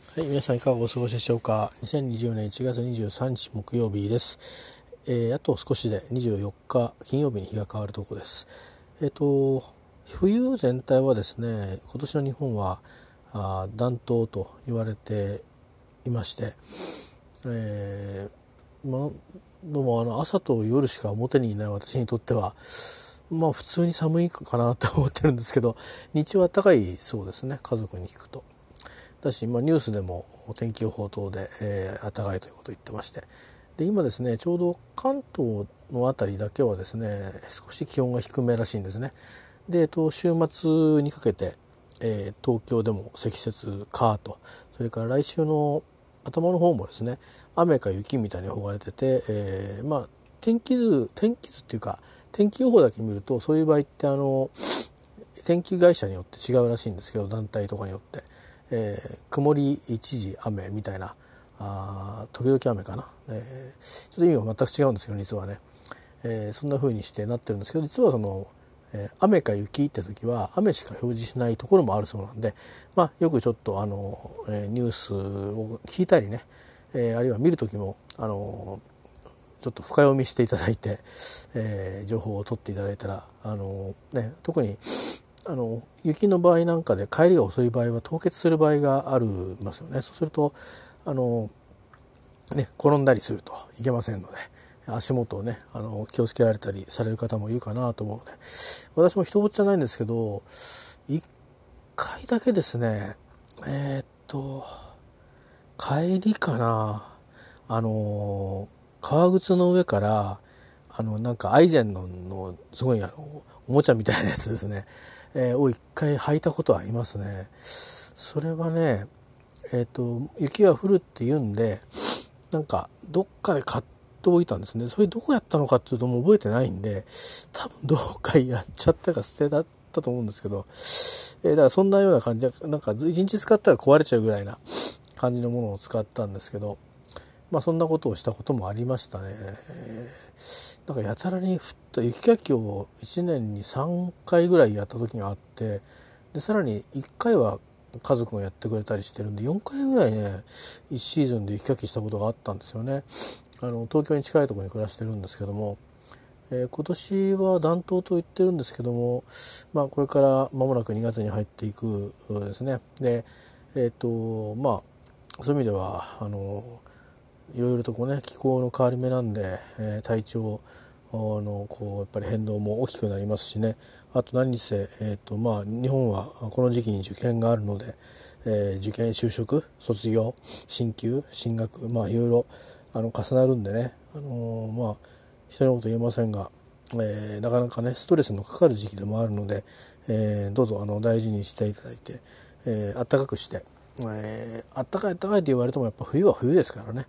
はい、皆さんいかがお過ごしでしょうか。2020年1月23日木曜日です。あと少しで24日金曜日に日が変わるところです。冬全体はですね、今年の日本は暖冬と言われていまして、どうも朝と夜しか表にいない私にとっては普通に寒いかなと思ってるんですけど、日中は暖かいそうですね、家族に聞くと。だし、ニュースでも天気予報等で、暖かいということを言ってまして、で今ですね、ちょうど関東のあたりだけはですね、少し気温が低めらしいんですね。で、週末にかけて、東京でも積雪かと、それから来週の頭の方もですね、雨か雪みたいに予報が出てて、天気図っていうか天気予報だけ見ると、そういう場合って天気会社によって違うらしいんですけど、団体とかによって、曇り一時雨みたいな、時々雨かな、ちょっと意味は全く違うんですけど、実はね、そんな風にしてなってるんですけど、実はその、雨か雪って時は雨しか表示しないところもあるそうなんで、よくちょっとニュースを聞いたりね、あるいは見る時もちょっと深読みしていただいて、情報を取っていただいたら、特に雪の場合なんかで帰りが遅い場合は凍結する場合がありますよね。そうすると転んだりするといけませんので、足元をね気をつけられたりされる方もいるかなと思うので、私も一言じゃないんですけど、一回だけですね、帰りかな、革靴の上からなんかアイゼンのすごいおもちゃみたいなやつですね、を一回履いたことはありますね。それはね、雪が降るって言うんで、なんかどっかで買っておいたんですね。それどこやったのかっていうともう覚えてないんで、多分どっかやっちゃったか捨てだったと思うんですけど、だからそんなような感じで、なんか一日使ったら壊れちゃうぐらいな感じのものを使ったんですけど、そんなことをしたこともありましたね。なんかやたらに降った雪かきを1年に3回ぐらいやった時があって、でさらに1回は家族がやってくれたりしてるんで、4回ぐらいね1シーズンで雪かきしたことがあったんですよね。東京に近いところに暮らしてるんですけども、今年は暖冬と言ってるんですけども、これから間もなく2月に入っていくですね。でそういう意味ではいろいろと気候の変わり目なんで、体調のやっぱり変動も大きくなりますしね。あと何にせ、日本はこの時期に受験があるので、受験、就職、卒業、進級、進学、いろいろ重なるんでね、人のこと言えませんが、なかなかねストレスのかかる時期でもあるので、どうぞ大事にしていただいて、暖かくして、暖かいって言われてもやっぱ冬は冬ですからね。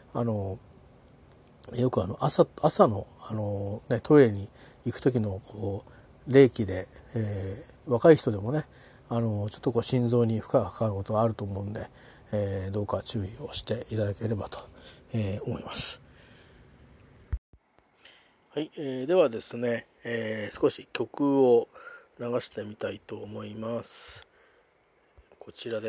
よく朝のトイレに行く時の冷気で、若い人でもねちょっと心臓に負荷がかかることがあると思うんで、どうか注意をしていただければと、思います。はい、ではですね、少し曲を流してみたいと思います。こちらです。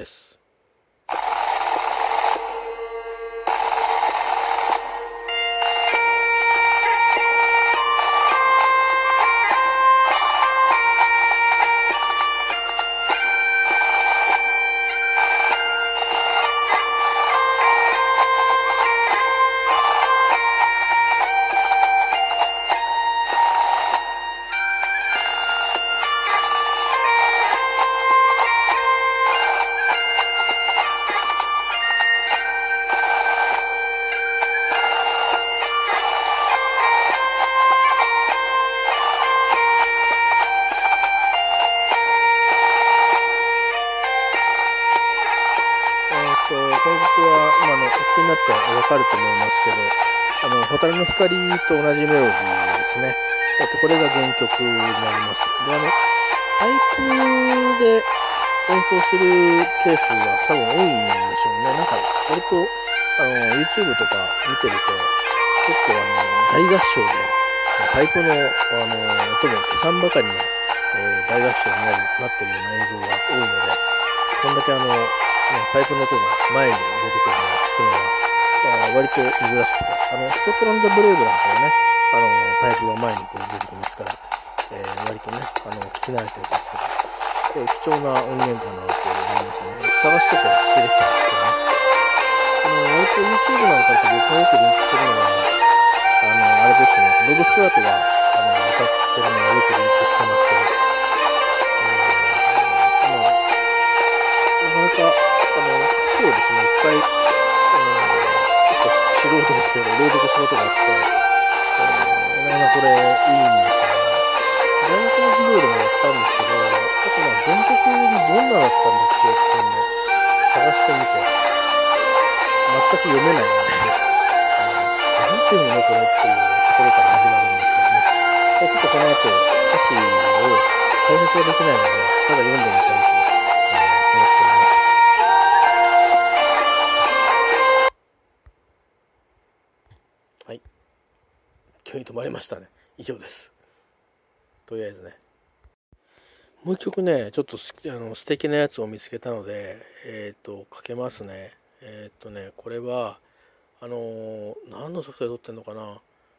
この曲は、お聞きになってわかると思いますけど、蛍の光と同じメロディーですね。これが原曲になります。で、パイプで演奏するケースが多分多いんでしょうね。なんか、割と、YouTube とか見てると、結構大合唱で、パイプの、音も消さんばかりの、大合唱になってるような映像が多いので、こんだけパイプの音が前に出てくるのを聞くのは、割と珍しくて、スコットランドブレイブなんかはね、パイプが前にこう出てきますから、割とね、聞き慣れてるんですけど、貴重な音源かなと思いますね。探してて出てきたんですけどね。割と YouTube なんかと僕がよくリンクするのは、あれですね、ロブ・スチュワートが、歌ってるのをよくリンクしてますけど、なかなか、歌詞をですね、いっぱい、ちょっと素人ですけど、朗読したことがあって、なかなかこれいいんですよね。大学の授業でもやったんですけど、あと原曲にどんなだったんだっけっていうんで、探してみて、全く読めないので、なんていうのこれっていうところから始まるんですけどね。ちょっとこの後、歌詞を解説はできないので、ただ読んでみたいと思っております。はい。急に止まりましたね。以上です。とりあえずね。もう一曲ね、ちょっと素敵なやつを見つけたので、かけますね。これは、何のソフトで撮ってんのかな。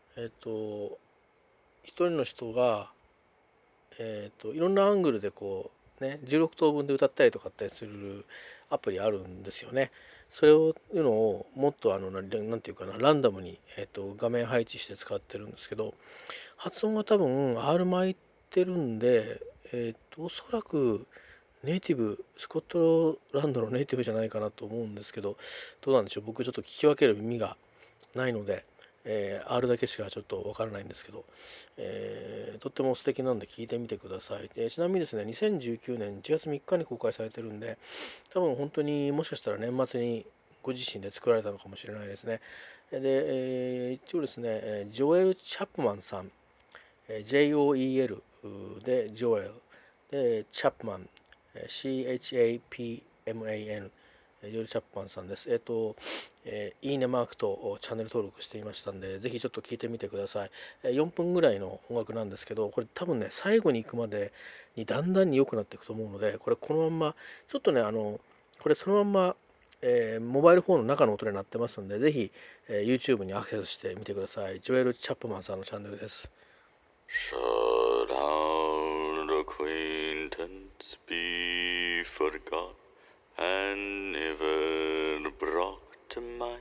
一人の人が、いろんなアングルでこう、ね、16等分で歌ったりとかってするアプリあるんですよね。それをいうのをもっとなんていうかな、ランダムに、画面配置して使ってるんですけど、発音が多分 R 巻いてるんで、おそらくネイティブ、スコットランドのネイティブじゃないかなと思うんですけど、どうなんでしょう。僕ちょっと聞き分ける耳がないので、R だけしかちょっとわからないんですけど、とっても素敵なんで聞いてみてください。ちなみにですね、2019年1月3日に公開されてるんで、多分本当にもしかしたら年末にご自身で作られたのかもしれないですね。で、一応ですね、ジョエル・チャップマンさん、JOEL でジョエルでチャップマン、CHAPMAN、ジョエル・チャップマンさんです。いいねマークとチャンネル登録していましたんで、ぜひちょっと聞いてみてください。4分ぐらいの音楽なんですけど、これ多分ね、最後に行くまでにだんだんに良くなっていくと思うので、これこのまんま、ちょっとね、これそのまんま、モバイルフォンの中の音になってますんで、ぜひ、YouTube にアクセスしてみてください。ジョエル・チャップマンさんのチャンネルです。Should our acquaintance be forgot and never brought to mind?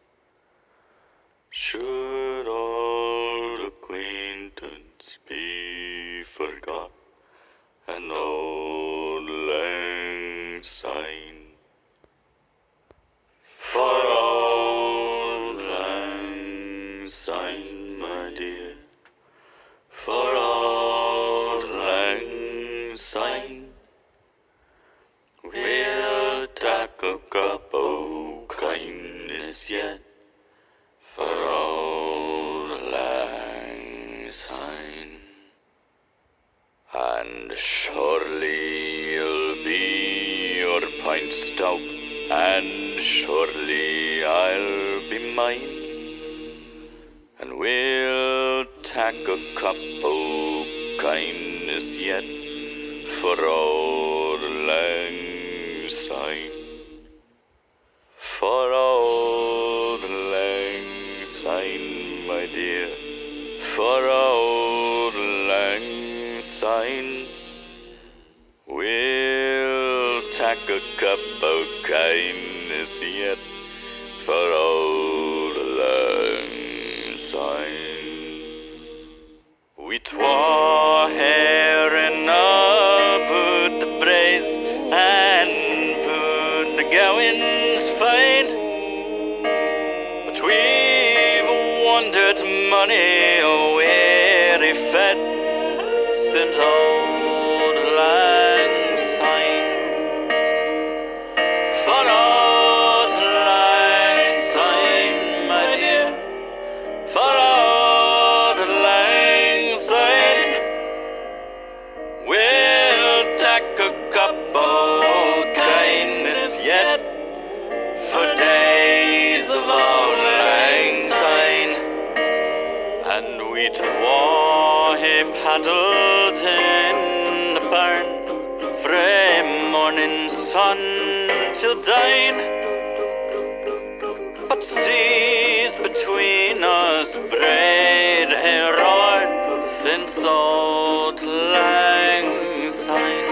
Should our acquaintance be forgot and old lang syne? For old lang syne, my dear, for old lang syne, we'll take a cup of kindness yet, for old lang syne. And surely you'll be your pint stout, and surely I'll be mine, and we'll take a cup of kindness yet, for old lang syne, for old lang syne, my dear, for old lang syne, we'll take a cup of kindness yet, for old lang syne. We twa hair and put the braids and put the gowans fine, but we've wandered money where he fed since old lang syne, for old lang syne, my dear, for old lang syne, we'll take a cup of kindness yet, for days of old lang syne. And we twa he paddled in the burn frae morning sun shall dine, but seas between us braid herod since old lang syne.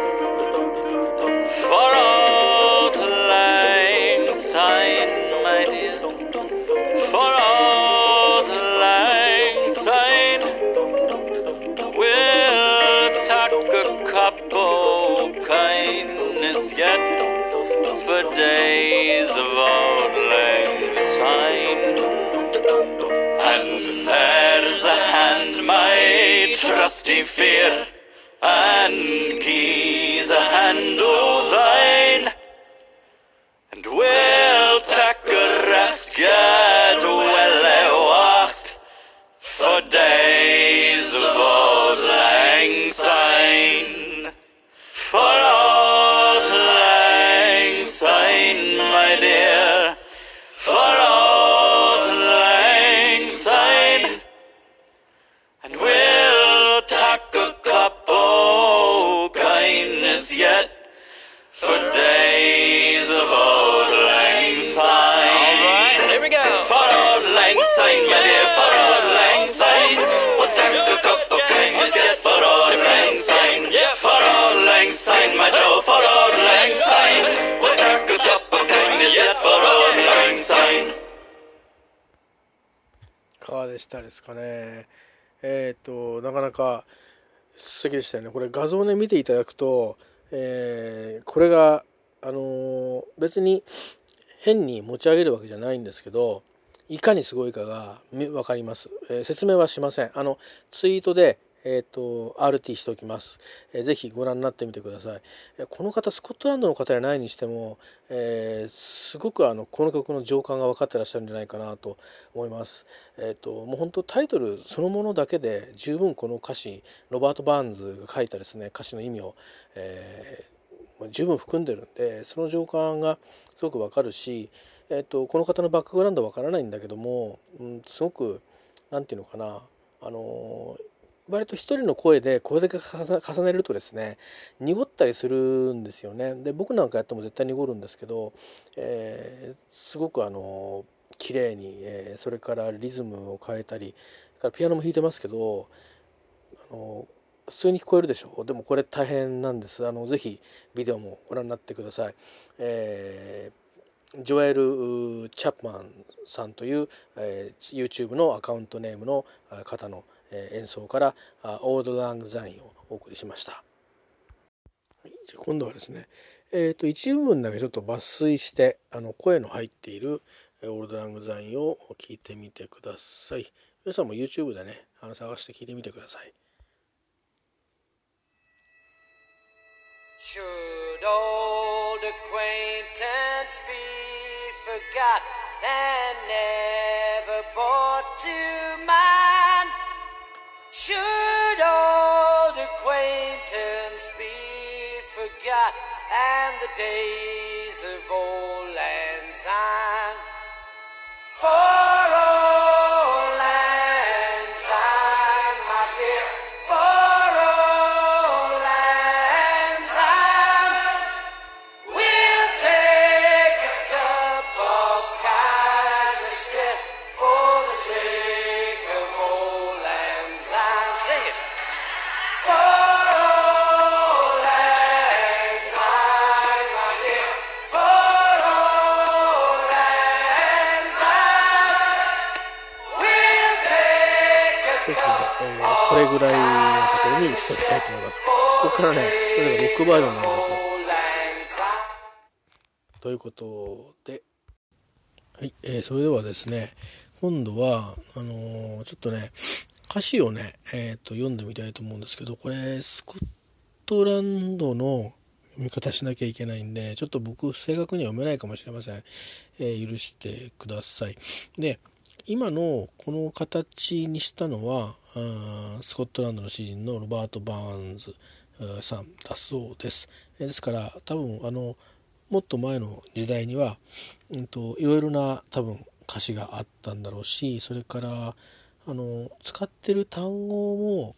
For old lang syne, my dear, for old lang syne, we'll tack a cup of kindness yet for days of old lang syne. And there's the hand, my trusty fear, and Guy's a hand o' thine, and we'll tack a rest, get well wacht for days of old lang syne. For old lang syne, my dear, for old lang syne, and we'll tack a cup o' kindness yet for days of old lang syne. All right, here we go. For old lang syne, my dear, for old lang syne, we'll tack a cup of kindness yet for old lang syne. Yeah, for old lang syne, my Joe, for old lang syne, we'll tack a cup of kindness yet for old lang syne. いかがでしたですかね。なかなか素敵でしたよね。これ画像ね見ていただくと、これが別に変に持ち上げるわけじゃないんですけど、いかにすごいかが分かります。説明はしません。ツイートでRT しておきます。ぜひご覧になってみてください。この方スコットランドの方じゃないにしても、すごくこの曲の情感が分かってらっしゃるんじゃないかなと思います。もう本当タイトルそのものだけで十分この歌詞、ロバート・バーンズが書いたですね歌詞の意味を、十分含んでるんで、その情感がすごく分かるし、この方のバックグラウンドは分からないんだけども、すごくなんていうのかな、割と一人の声でこれだけ重ねるとですね濁ったりするんですよね。で僕なんかやっても絶対濁るんですけど、すごく綺麗に、それからリズムを変えたり、からピアノも弾いてますけど、普通に聞こえるでしょ。でもこれ大変なんです。ぜひビデオもご覧になってください。ジョエル・チャップマンさんという、YouTube のアカウントネームの方の演奏からオールドラングザインをお送りしました。今度はですね、一部分だけちょっと抜粋して声の入っているオールドラングザインを聞いてみてください。皆さんも YouTube でね探して聞いてみてください。 Should old acquaintance be forgot and never brought to mind? Should old acquaintance be forgot and the days of old lang syne? For old lang syne, my dear, for old lang syne, we'll take a cup of kindness yet for the sake of old lang syne. Sing it. For old lang syne, my dear, for old lang syne, we'll take a ちょっと、 cup これぐらいのところにしておきたいと思います。ここからねそれがロックバージョンになります。ということで、はい、それではですね今度はちょっとね歌詞をね、読んでみたいと思うんですけど、これスコットランドの読み方しなきゃいけないんでちょっと僕正確には読めないかもしれません。許してください。で今のこの形にしたのはスコットランドの詩人のロバート・バーンズさんだそうです。ですから多分もっと前の時代にはいろいろな多分歌詞があったんだろうし、それから使ってる単語も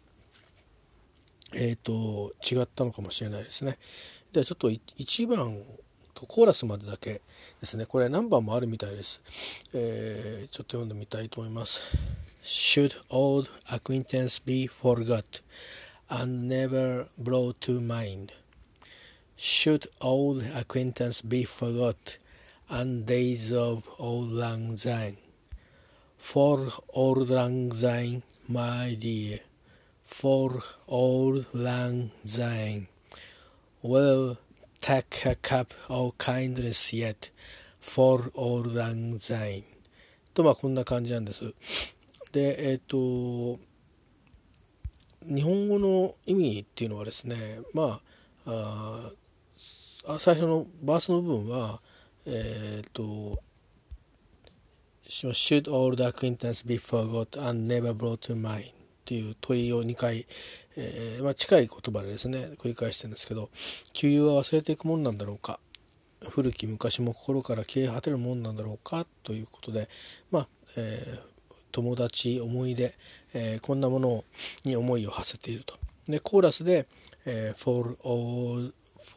違ったのかもしれないですね。ではちょっと1番とコーラスまでだけですね。これ何番もあるみたいです。ちょっと読んでみたいと思います。Should old acquaintance be forgot and never brought to mind? Should old acquaintance be forgot and days of old lang syne? For old lang syne, my dear, for old lang syne. Well, take a cup of kindness yet, for old lang syne. とこんな感じなんです。で、日本語の意味っていうのはですね、最初のバースの部分はShould old acquaintance be forgot and never brought to mind っていう問いを2回、近い言葉でですね繰り返してるんですけど、旧友は忘れていくもんなんだろうか、古き昔も心から消え果てるもんなんだろうかということで、友達、思い出、こんなものに思いを馳せていると。でコーラスで、For all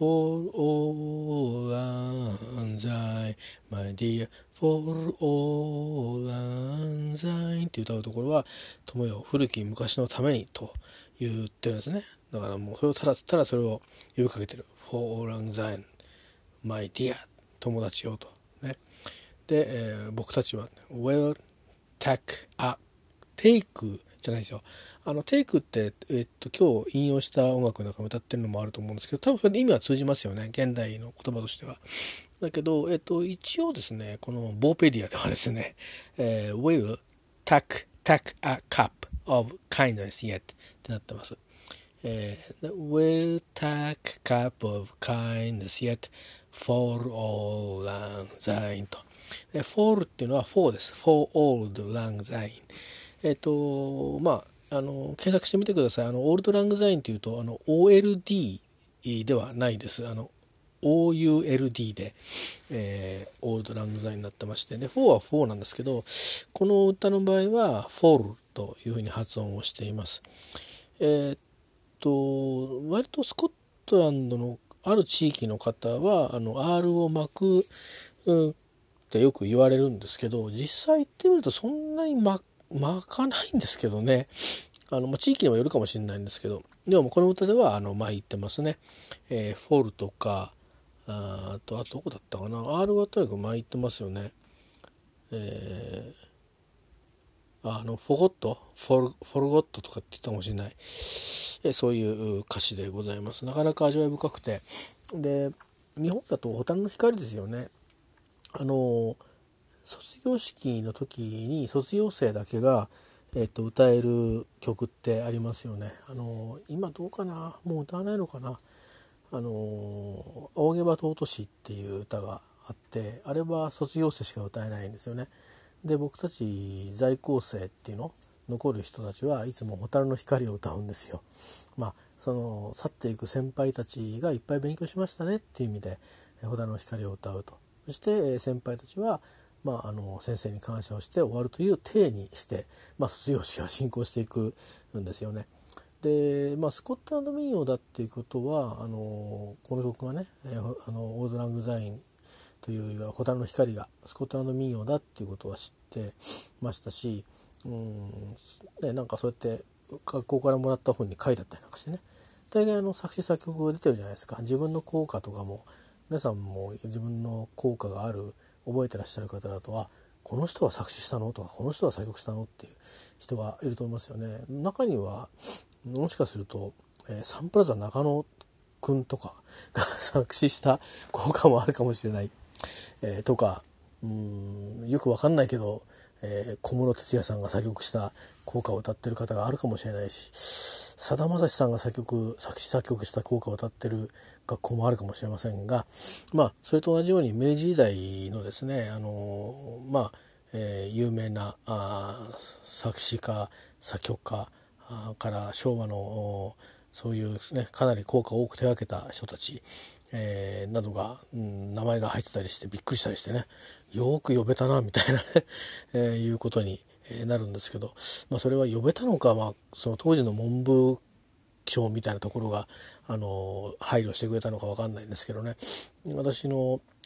lang syne, my dear, for all lang syne って歌うところは、友よ古き昔のためにと言ってるんですね。だからもうそれをただそれを呼びかけてる。For all lang syne, my dear 友達よとね。で、僕たちは Well take じゃないですよ。テイクって、今日引用した音楽の中に歌ってるのもあると思うんですけど、多分それで意味は通じますよね、現代の言葉としては。だけど、一応ですね、このボーペディアではですね、will take a cup of kindness yet ってなってます。will take a cup of kindness yet for all lang syne と。for っていうのは for です。for old lang syne。検索してみてください。オールドラングザインというとOLD ではないです。OULD で、オールドラングザインになってまして、ね、4は4なんですけど、この歌の場合は fall というふうに発音をしています。割とスコットランドのある地域の方はR を巻く、ってよく言われるんですけど、実際行ってみるとそんなに巻かないんですけどね。地域にもよるかもしれないんですけど、でもこの歌では巻いてますね。フォルとかあとどこだったかな、 R はとにかく巻いてますよね。フォゴットフォルゴットとかって言ったかもしれない、そういう歌詞でございます。なかなか味わい深くて、で日本だと蛍の光ですよね。卒業式の時に卒業生だけが、歌える曲ってありますよね。今どうかな、もう歌わないのかな。仰げば尊しっていう歌があって、あれは卒業生しか歌えないんですよね。で僕たち在校生っていうの残る人たちはいつも蛍の光を歌うんですよ。その去っていく先輩たちがいっぱい勉強しましたねっていう意味で蛍の光を歌うと。そして先輩たちは先生に感謝をして終わるという体にして、卒業式が進行していくんですよね。で、スコットランド民謡だっていうことはこの曲がね、オールドラングザインというよりは蛍の光がスコットランド民謡だっていうことは知ってましたし、なんかそうやって学校からもらった本に書いてあったりなんかしてね、大概作詞作曲が出てるじゃないですか。自分の校歌とかも皆さんも自分の校歌がある覚えてらっしゃる方だと、この人は作詞したのとかこの人は作曲したのっていう人がいると思いますよね。中にはもしかすると、サンプラザ中野くんとかが作詞した効果もあるかもしれない、とかよくわかんないけど、小室哲哉さんが作曲した校歌を歌ってる方があるかもしれないし、さだまさしさんが作詞作曲した校歌を歌ってる学校もあるかもしれませんが、それと同じように明治時代のですね有名な作詞家作曲家から昭和のそういうねかなり効果を多く手がけた人たち、などが、名前が入ってたりしてびっくりしたりしてね、よく呼べたなみたいなね、いうことになるんですけど、それは呼べたのか、その当時の文部省みたいなところが配慮してくれたのか分かんないんですけどね、私の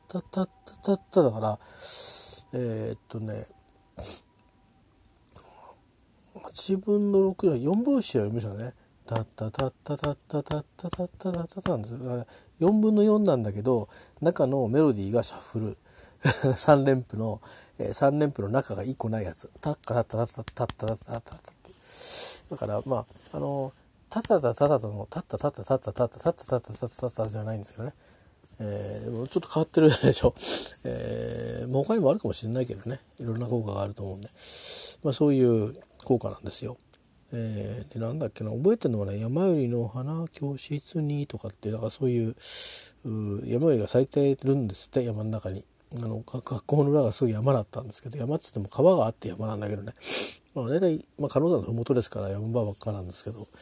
タタタタタだから8分の6の4分子は読みましたね。タッタタッタタッタタッタタッタタッタタなんですよ。4分の4なんだけど中のメロディーがシャッフル3連符の中が1個ないやつ、タッカタッタタッタッタタッタタッタってだからまあタタタタタタのタッタタッタタッタタッタタッタタッタタッタタッタじゃないんですよね。ちょっと変わってるでしょ。 他にもあるかもしれないけどね、いろんな効果があると思うんで、そういう効果なんですよ。でなんだっけな、覚えてるのはね、山よりの花教室にとかって、なんかそういう山よりが咲いてるんですって、山の中に。学校の裏がすぐ山だったんですけど、山っつっても川があって山なんだけどね、大体、鹿野山の麓ですから山場ばっかなんですけど、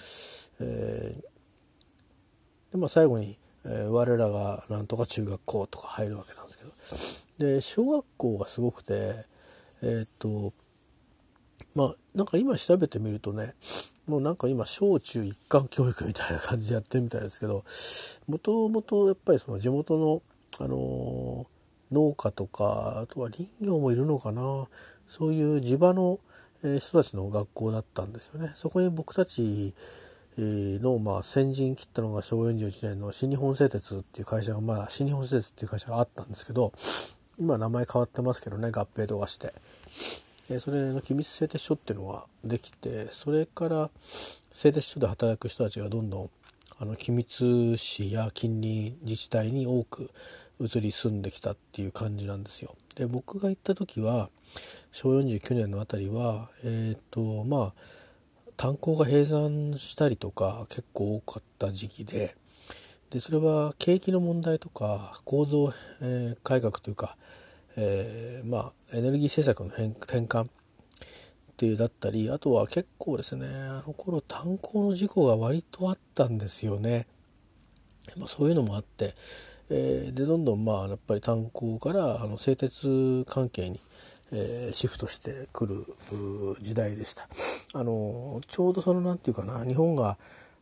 で最後に、我らがなんとか中学校とか入るわけなんですけど、で小学校がすごくて、なんか今調べてみるとね、もうなんか今小中一貫教育みたいな感じでやってるみたいですけど、もともとやっぱりその地元の農家とか、あとは林業もいるのかな、そういう地場の人たちの学校だったんですよね。そこに僕たちの先陣切ったのが昭和41年の新日本製鉄っていう会社が、新日本製鉄っていう会社があったんですけど、今名前変わってますけどね、合併とかして、それの君津製鉄所っていうのができて、それから製鉄所で働く人たちがどんどん君津市や近隣自治体に多く移り住んできたっていう感じなんですよ。で僕が行った時は昭和49年のあたりは炭鉱が閉山したりとか結構多かった時期で、それは景気の問題とか構造、改革というか、エネルギー政策の転換っていうだったり、あとは結構ですね、頃炭鉱の事故が割とあったんですよね。そういうのもあって、でどんどんやっぱり炭鉱から製鉄関係にシフトしてくる時代でした。ちょうどそのなんていうかな、日本が、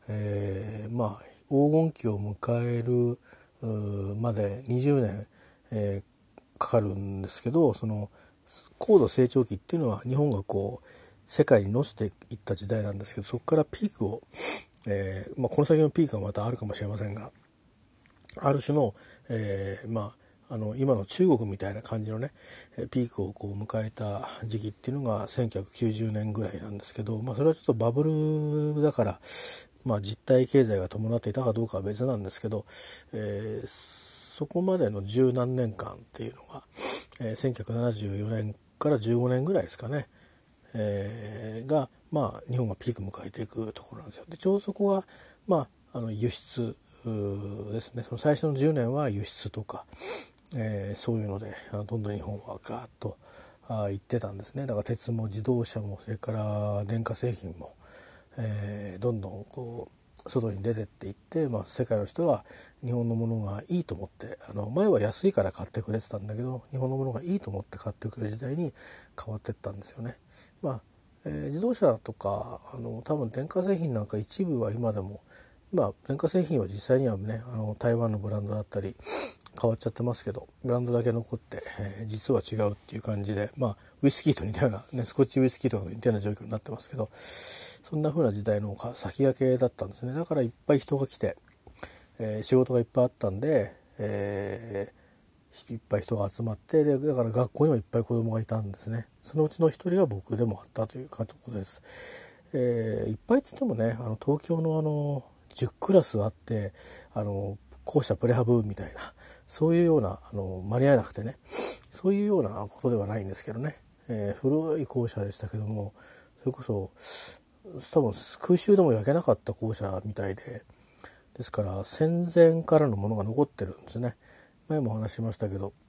黄金期を迎えるまで20年、かかるんですけど、その高度成長期っていうのは日本がこう世界に乗せていった時代なんですけど、そこからピークを、この先のピークはまたあるかもしれませんが、ある種の、今の中国みたいな感じのねピークをこう迎えた時期っていうのが1990年ぐらいなんですけど、それはちょっとバブルだから、実体経済が伴っていたかどうかは別なんですけど、そこまでの十何年間っていうのが、1974年から15年ぐらいですかね、が日本がピーク迎えていくところなんですよ。でちょうどそこが輸出ですね。その最初の10年は輸出とか、そういうのでどんどん日本はガーッと行ってたんですね。だから鉄も自動車もそれから電化製品も、どんどんこう外に出てっていって、世界の人は日本のものがいいと思って、前は安いから買ってくれてたんだけど、日本のものがいいと思って買ってくれる時代に変わっていったんですよね。自動車とか多分電化製品なんか一部は今電化製品は実際にはね台湾のブランドだったり変わっちゃってますけど、ブランドだけ残って、実は違うっていう感じで、ウイスキーと似たような、スコッチウイスキーとかと似たような状況になってますけど、そんな風な時代の先駆けだったんですね。だからいっぱい人が来て、仕事がいっぱいあったんで、いっぱい人が集まって、だから学校にもいっぱい子供がいたんですね。そのうちの一人が僕でもあったということです。いっぱいっつってもね、東京の10クラスあって校舎プレハブみたいな、そういうような間に合えなくてね、そういうようなことではないんですけどね、古い校舎でしたけども、それこそ多分空襲でも焼けなかった校舎みたいで、ですから戦前からのものが残ってるんですね。前もお話ししましたけど、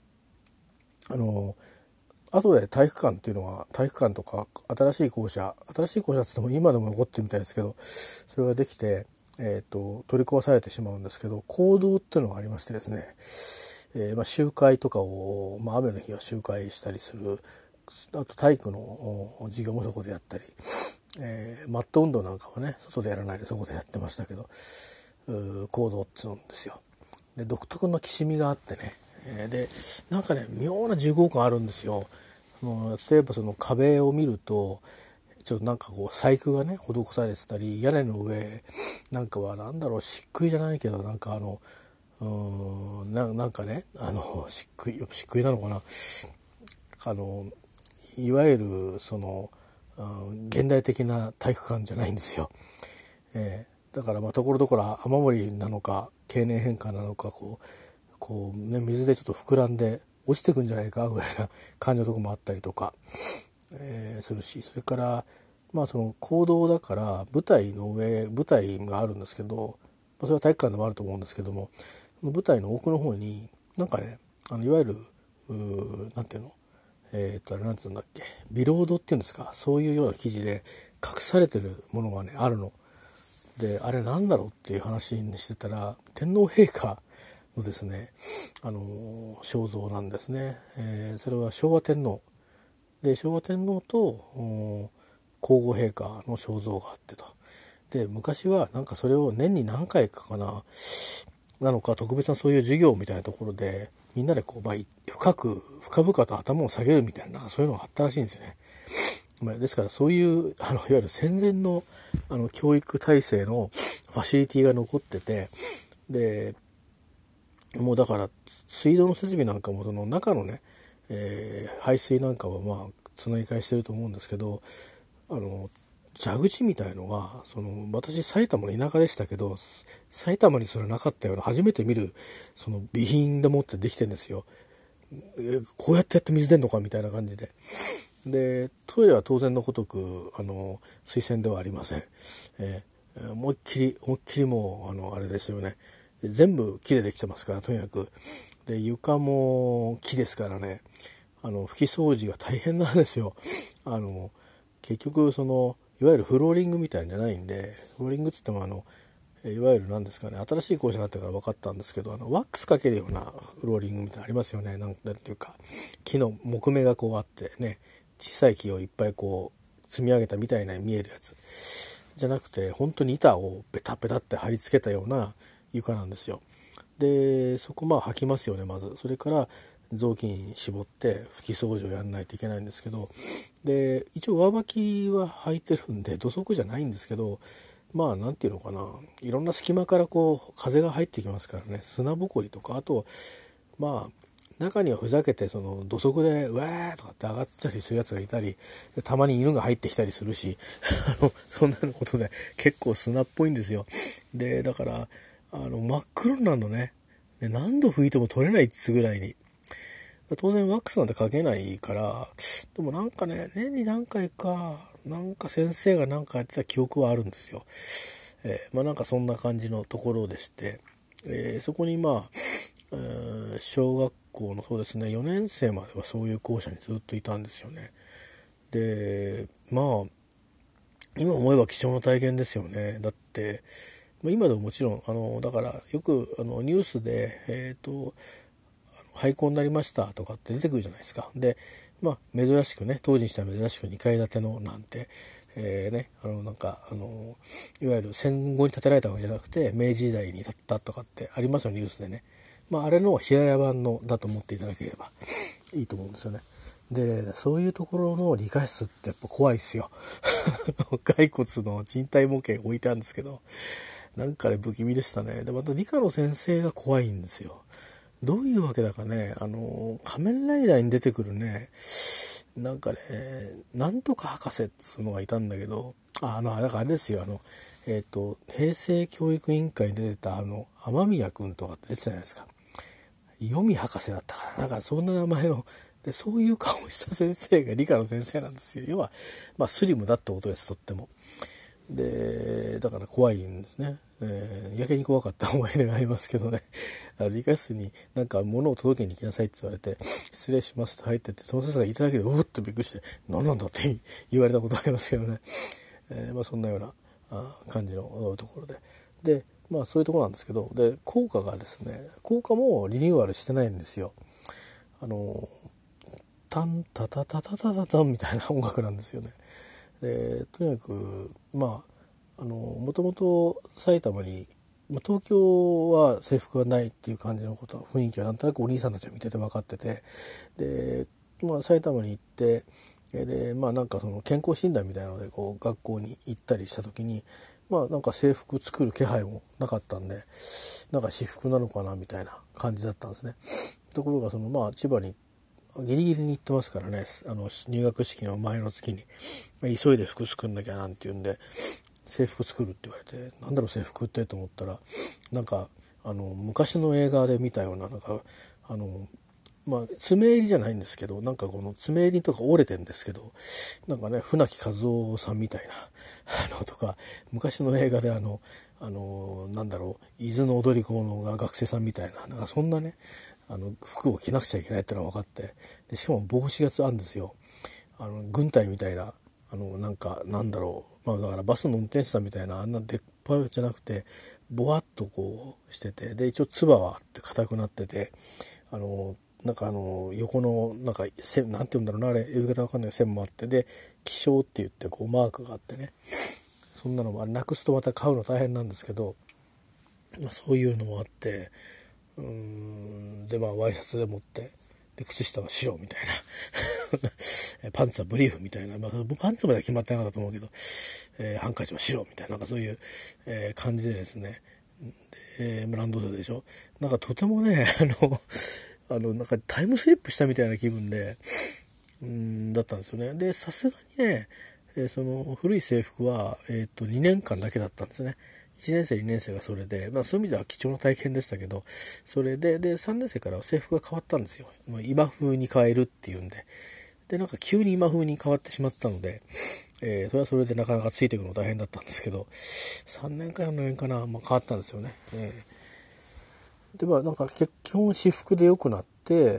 後で体育館とか新しい校舎って言っても今でも残ってるみたいですけど、それができて取り壊されてしまうんですけど、講堂っていうのがありましてですね、集会とかを、雨の日は集会したりする、あと体育の授業もそこでやったり、マット運動なんかはね外でやらないでそこでやってましたけど、講堂っていうんですよ。で独特のきしみがあってね、でなんかね妙な重厚感あるんですよ。例えばその壁を見るとちょっとなんかこう細工がね施されてたり、屋根の上なんかは漆喰じゃないけどなんかなんかね漆喰なのかな、いわゆるその現代的な体育館じゃないんですよ。だからところどころ雨漏りなのか経年変化なのかこうね水でちょっと膨らんで落ちてくんじゃないかぐらいな感じのとこもあったりとか、するし、それからその講堂だから舞台があるんですけど、それは体育館でもあると思うんですけども、舞台の奥の方になんかね、いわゆるなんていうの、あれなんていうんだっけ、ビロードっていうんですか、そういうような生地で隠されてるものがねあるので、あれなんだろうっていう話にしてたら、天皇陛下のですね、肖像なんですね。それは昭和天皇で、昭和天皇と皇后陛下の肖像があってと。で、昔はなんかそれを年に何回かなのか、特別なそういう授業みたいなところでみんなでこう、深々と頭を下げるみたいな、なんかそういうのがあったらしいんですよね。ですからそういういわゆる戦前の教育体制のファシリティが残ってて、でもうだから水道の設備なんかもその中のね、排水なんかはつなぎ替えしてると思うんですけど、蛇口みたいのが私埼玉の田舎でしたけど、埼玉にそれなかったような初めて見るその備品でもってできてるんですよ。こうやって水出んのかみたいな感じで。でトイレは当然のごとく水洗ではありません。思いっきりもうあれですよね。で全部木でできてますから、とにかく。で床も木ですからね、拭き掃除が大変なんですよ。結局いわゆるフローリングみたいなんじゃないんで、フローリングっつってもいわゆる何ですかね、新しい校舎になってから分かったんですけど、ワックスかけるようなフローリングみたいなのありますよね。なんていうか、木の木目がこうあってね、小さい木をいっぱいこう積み上げたみたいな見えるやつじゃなくて、本当に板をベタベタって貼り付けたような床なんですよ。でそこ履きますよね、まず。それから雑巾絞って拭き掃除をやらないといけないんですけど、で一応上履きは履いてるんで土足じゃないんですけど、なんていうのかな、いろんな隙間からこう風が入ってきますからね、砂ぼこりとか、あと中にはふざけて土足でうわーとかって上がっちゃりするやつがいたり、たまに犬が入ってきたりするしそんなことで結構砂っぽいんですよ。でだから真っ黒になるのね。で何度拭いても取れないっつぐらいに。当然ワックスなんてかけないから、でもなんかね、年に何回かなんか先生がなんかやってた記憶はあるんですよ。なんかそんな感じのところでして、そこに小学校のそうですね4年生まではそういう校舎にずっといたんですよね。で今思えば貴重な体験ですよね。だって今でももちろんだからよくニュースで廃校になりましたとかって出てくるじゃないですか。で珍しくね、当時にしては珍しく2階建てのなんて、なんかいわゆる戦後に建てられたわけじゃなくて明治時代に建ったとかってありますよニュースでね。あれの平屋版のだと思っていただければいいと思うんですよね。でそういうところの理科室ってやっぱ怖いっすよ骸骨の人体模型置いてあるんですけど、なんか不気味でしたね。でまた理科の先生が怖いんですよ。どういうわけだかね、仮面ライダーに出てくるね、なんかね、なんとか博士っていうのがいたんだけど、だからあれですよ、平成教育委員会に出てた雨宮くんとかって出てたじゃないですか。読み博士だったから、なんかそんな名前の、で、そういう顔した先生が理科の先生なんですよ。要は、スリムだってことです、とっても。で、だから怖いんですね。やけに怖かった思い出がありますけどね。理科室になんか物を届けに行きなさいって言われて、失礼しますって入ってって、その先生がいただけでうっとびっくりして、何なんだって言われたことがありますけどね。そんなような感じのところで。で、そういうところなんですけど、で、校歌がですね、校歌もリニューアルしてないんですよ。タンタタタタタタタンみたいな音楽なんですよね。でとにかくもともと埼玉に、東京は制服がないっていう感じのことは雰囲気はなんとなくお兄さんたちは見てて分かってて、で、埼玉に行って、でなんか健康診断みたいなのでこう学校に行ったりした時になんか制服作る気配もなかったんで、なんか私服なのかなみたいな感じだったんですね。ところが千葉にギリギリに行ってますからね、入学式の前の月に、急いで服作んなきゃなんて言うんで制服作るって言われて、なんだろう制服ってと思ったら、なんか昔の映画で見たようななんかまあ爪襟じゃないんですけど、なんかこの爪襟とか折れてんですけど、なんかね船木和夫さんみたいなとか、昔の映画でなんだろう、伊豆の踊り子の学生さんみたいな、なんかそんなね服を着なくちゃいけないってのが分かって、でしかも帽子があるんですよ。軍隊みたいななんかなんだろう、まあだからバスの運転手さんみたいなあんなでっぱいじゃなくて、ぼわっとこうしてて、で一応つばはあって硬くなってて、なんか横のなんか線なんて言うんだろうな、あれ呼び方わかんない線もあって、で気象って言ってこうマークがあってね、そんなのもなくすとまた買うの大変なんですけど、まあ、そういうのもあって、でまあワイシャツで持って、で靴下は白みたいなパンツはブリーフみたいな、まあ、パンツまでは決まってなかったと思うけど、ハンカチは白みたいな、なんかそういう、感じでですね、でランドセルでしょ、なんかとてもねなんかタイムスリップしたみたいな気分でだったんですよね。でさすがにね、その古い制服は、2年間だけだったんですね。1年生2年生がそれで、まあ、そういう意味では貴重な体験でしたけど、それで3年生からは制服が変わったんですよ。まあ、今風に変えるっていうんでなんか急に今風に変わってしまったので、それはそれでなかなかついていくの大変だったんですけど、3年か4年かな、まあ、変わったんですよね。でまあなんか基本私服で良くなって、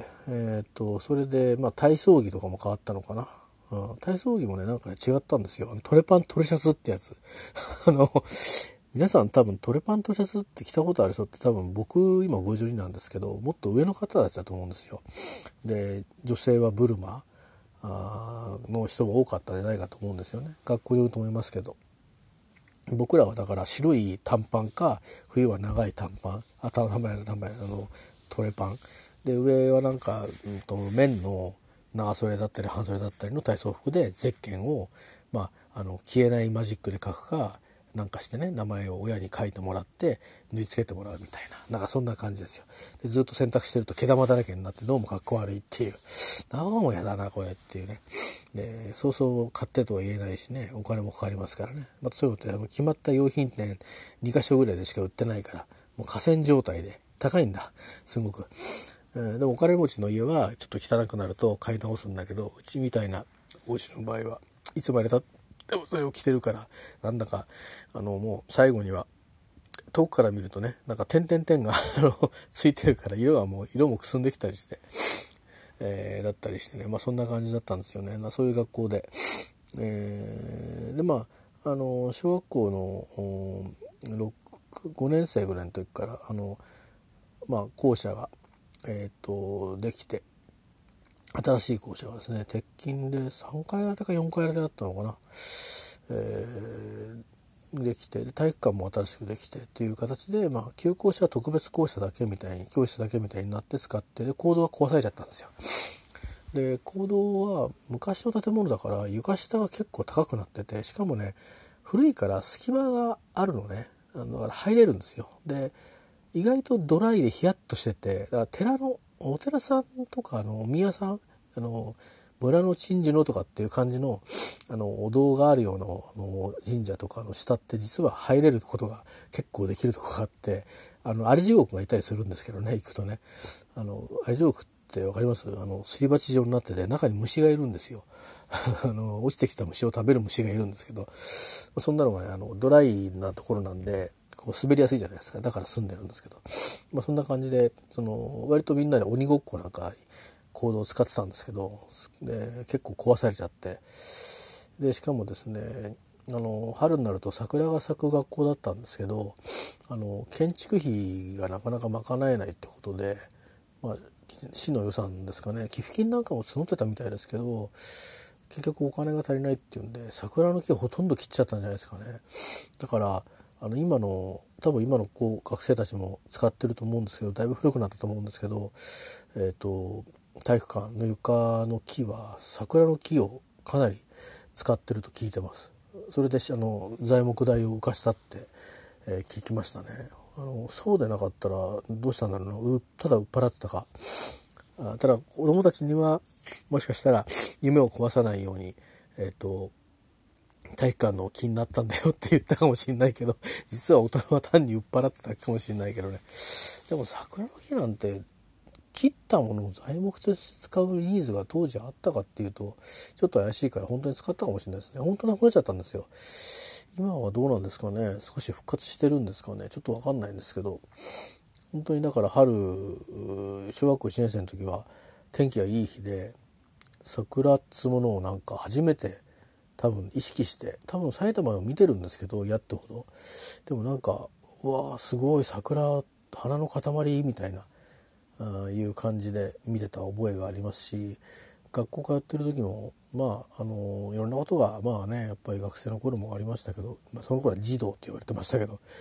それでまあ体操着とかも変わったのかな。体操着もねなんかね違ったんですよ。トレパントレシャツってやつ皆さん多分トレパントレシャツって着たことある人って多分僕今52なんですけど、もっと上の方たちだと思うんですよ。で女性はブルマの人も多かったんじゃないかと思うんですよね。学校によると思いますけど、僕らはだから白い短パンか冬は長い短パン、トレパンで、上はなんか、綿の長袖だったり半袖だったりの体操服でゼッケンを、まあ、消えないマジックで書くかなんかしてね、名前を親に書いてもらって縫い付けてもらうみたいな、なんかそんな感じですよ。でずっと洗濯してると毛玉だらけになってどうもかっこ悪いっていう、どうもやだなこれっていうね。でそうそう買ってとは言えないしね、お金もかかりますからね。またそういうのって決まった用品店2カ所ぐらいでしか売ってないから、もう河川状態で高いんだすごく。でもお金持ちの家はちょっと汚くなると買い直すんだけど、うちみたいなお家の場合はいつまでたってもそれを着てるから、なんだかもう最後には遠くから見るとね、なんか点々点がついてるから、色もくすんできたりして、だったりしてね、まあそんな感じだったんですよね。そういう学校で、でまあ小学校の5年生ぐらいの時からまあ校舎ができて、新しい校舎がですね鉄筋で3階建てか4階建てだったのかな、できて、で体育館も新しくできてっていう形で、まあ旧校舎は特別校舎だけみたいに、教室だけみたいになって使って、で講堂が壊されちゃったんですよ。で講堂は昔の建物だから床下が結構高くなってて、しかもね古いから隙間があるのね、だから入れるんですよ。で意外とドライでヒヤッとしてて、だからお寺さんとかお宮さん、村の鎮守のとかっていう感じのお堂があるような神社とかの下って実は入れることが結構できるとこがあって、アリ地獄がいたりするんですけどね、行くとね、アリ地獄ってわかります？すり鉢状になってて中に虫がいるんですよ落ちてきた虫を食べる虫がいるんですけど、そんなのがねドライなところなんでこう滑りやすいじゃないですか。だから住んでるんですけど、まあ、そんな感じで割とみんなで鬼ごっこなんか行動を使ってたんですけど、で結構壊されちゃって、でしかもですね春になると桜が咲く学校だったんですけど、建築費がなかなか賄えないってことで、まあ、市の予算ですかね、寄付金なんかも募ってたみたいですけど、結局お金が足りないっていうんで桜の木をほとんど切っちゃったんじゃないですかね。だから多分今の学生たちも使ってると思うんですけど、だいぶ古くなったと思うんですけど、体育館の床の木は桜の木をかなり使ってると聞いてます。それで材木代を浮かしたって、聞きましたね。そうでなかったらどうしたんだろうな、ただ売っ払ってたか。ただ子どもたちにはもしかしたら夢を壊さないように、体育館の木になったんだよって言ったかもしれないけど、実は大人は単に売っ払ってたかもしれないけどね。でも桜の木なんて切ったものを材木として使うニーズが当時あったかっていうとちょっと怪しいから本当に使ったかもしれないですね。本当なくなっちゃったんですよ。今はどうなんですかね。少し復活してるんですかね。ちょっと分かんないんですけど、本当にだから春小学校1年生の時は天気がいい日で桜っつものをなんか初めて多分意識して、多分埼玉を見てるんですけどやってほど、でもなんかうわーすごい桜花の塊みたいないう感じで見てた覚えがありますし、学校通ってる時もまあいろんなことがまあねやっぱり学生の頃もありましたけど、その頃は児童って言われてましたけど、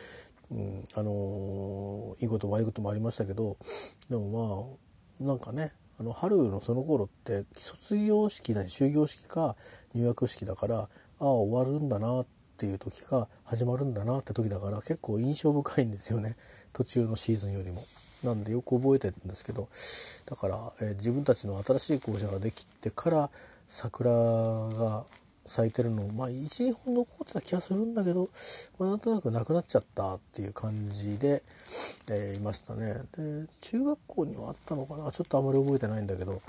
いいことも悪いこともありましたけど、でもまあなんかね春のその頃って卒業式なり終業式か入学式だから、ああ終わるんだなっていう時か始まるんだなって時だから結構印象深いんですよね、途中のシーズンよりも。なんでよく覚えてるんですけど、だから、自分たちの新しい校舎ができてから桜が咲いてるのを1、2本残ってた気がするんだけど、なんとなくなくなっちゃったっていう感じで、いましたね。で中学校にはあったのかな、ちょっとあまり覚えてないんだけど、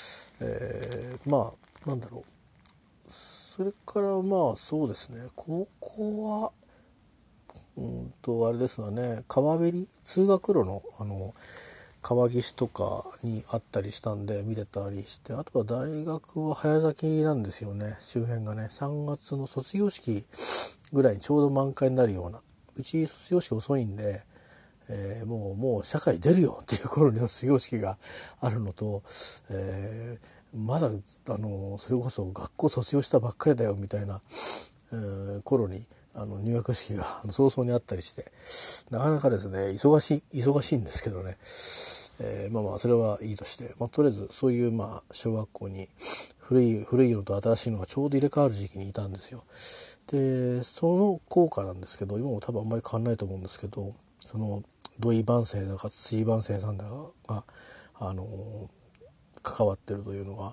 なんだろう、それからそうですね、高校はあれですわね、川べり通学路の川岸とかにあったりしたんで見てたりして、あとは大学は早咲きなんですよね、周辺がね。3月の卒業式ぐらいにちょうど満開になるような、うち卒業式遅いんで、もう社会出るよっていう頃に卒業式があるのと、まだそれこそ学校卒業したばっかりだよみたいな、頃に入学式が早々にあったりして、なかなかですね忙しいんですけどね、それはいいとして、とりあえずそういう小学校に古いのと新しいのがちょうど入れ替わる時期にいたんですよ。でその効果なんですけど、今も多分あんまり変わんないと思うんですけど、その土井番生だか筒井番生さんだかが関わってるというのは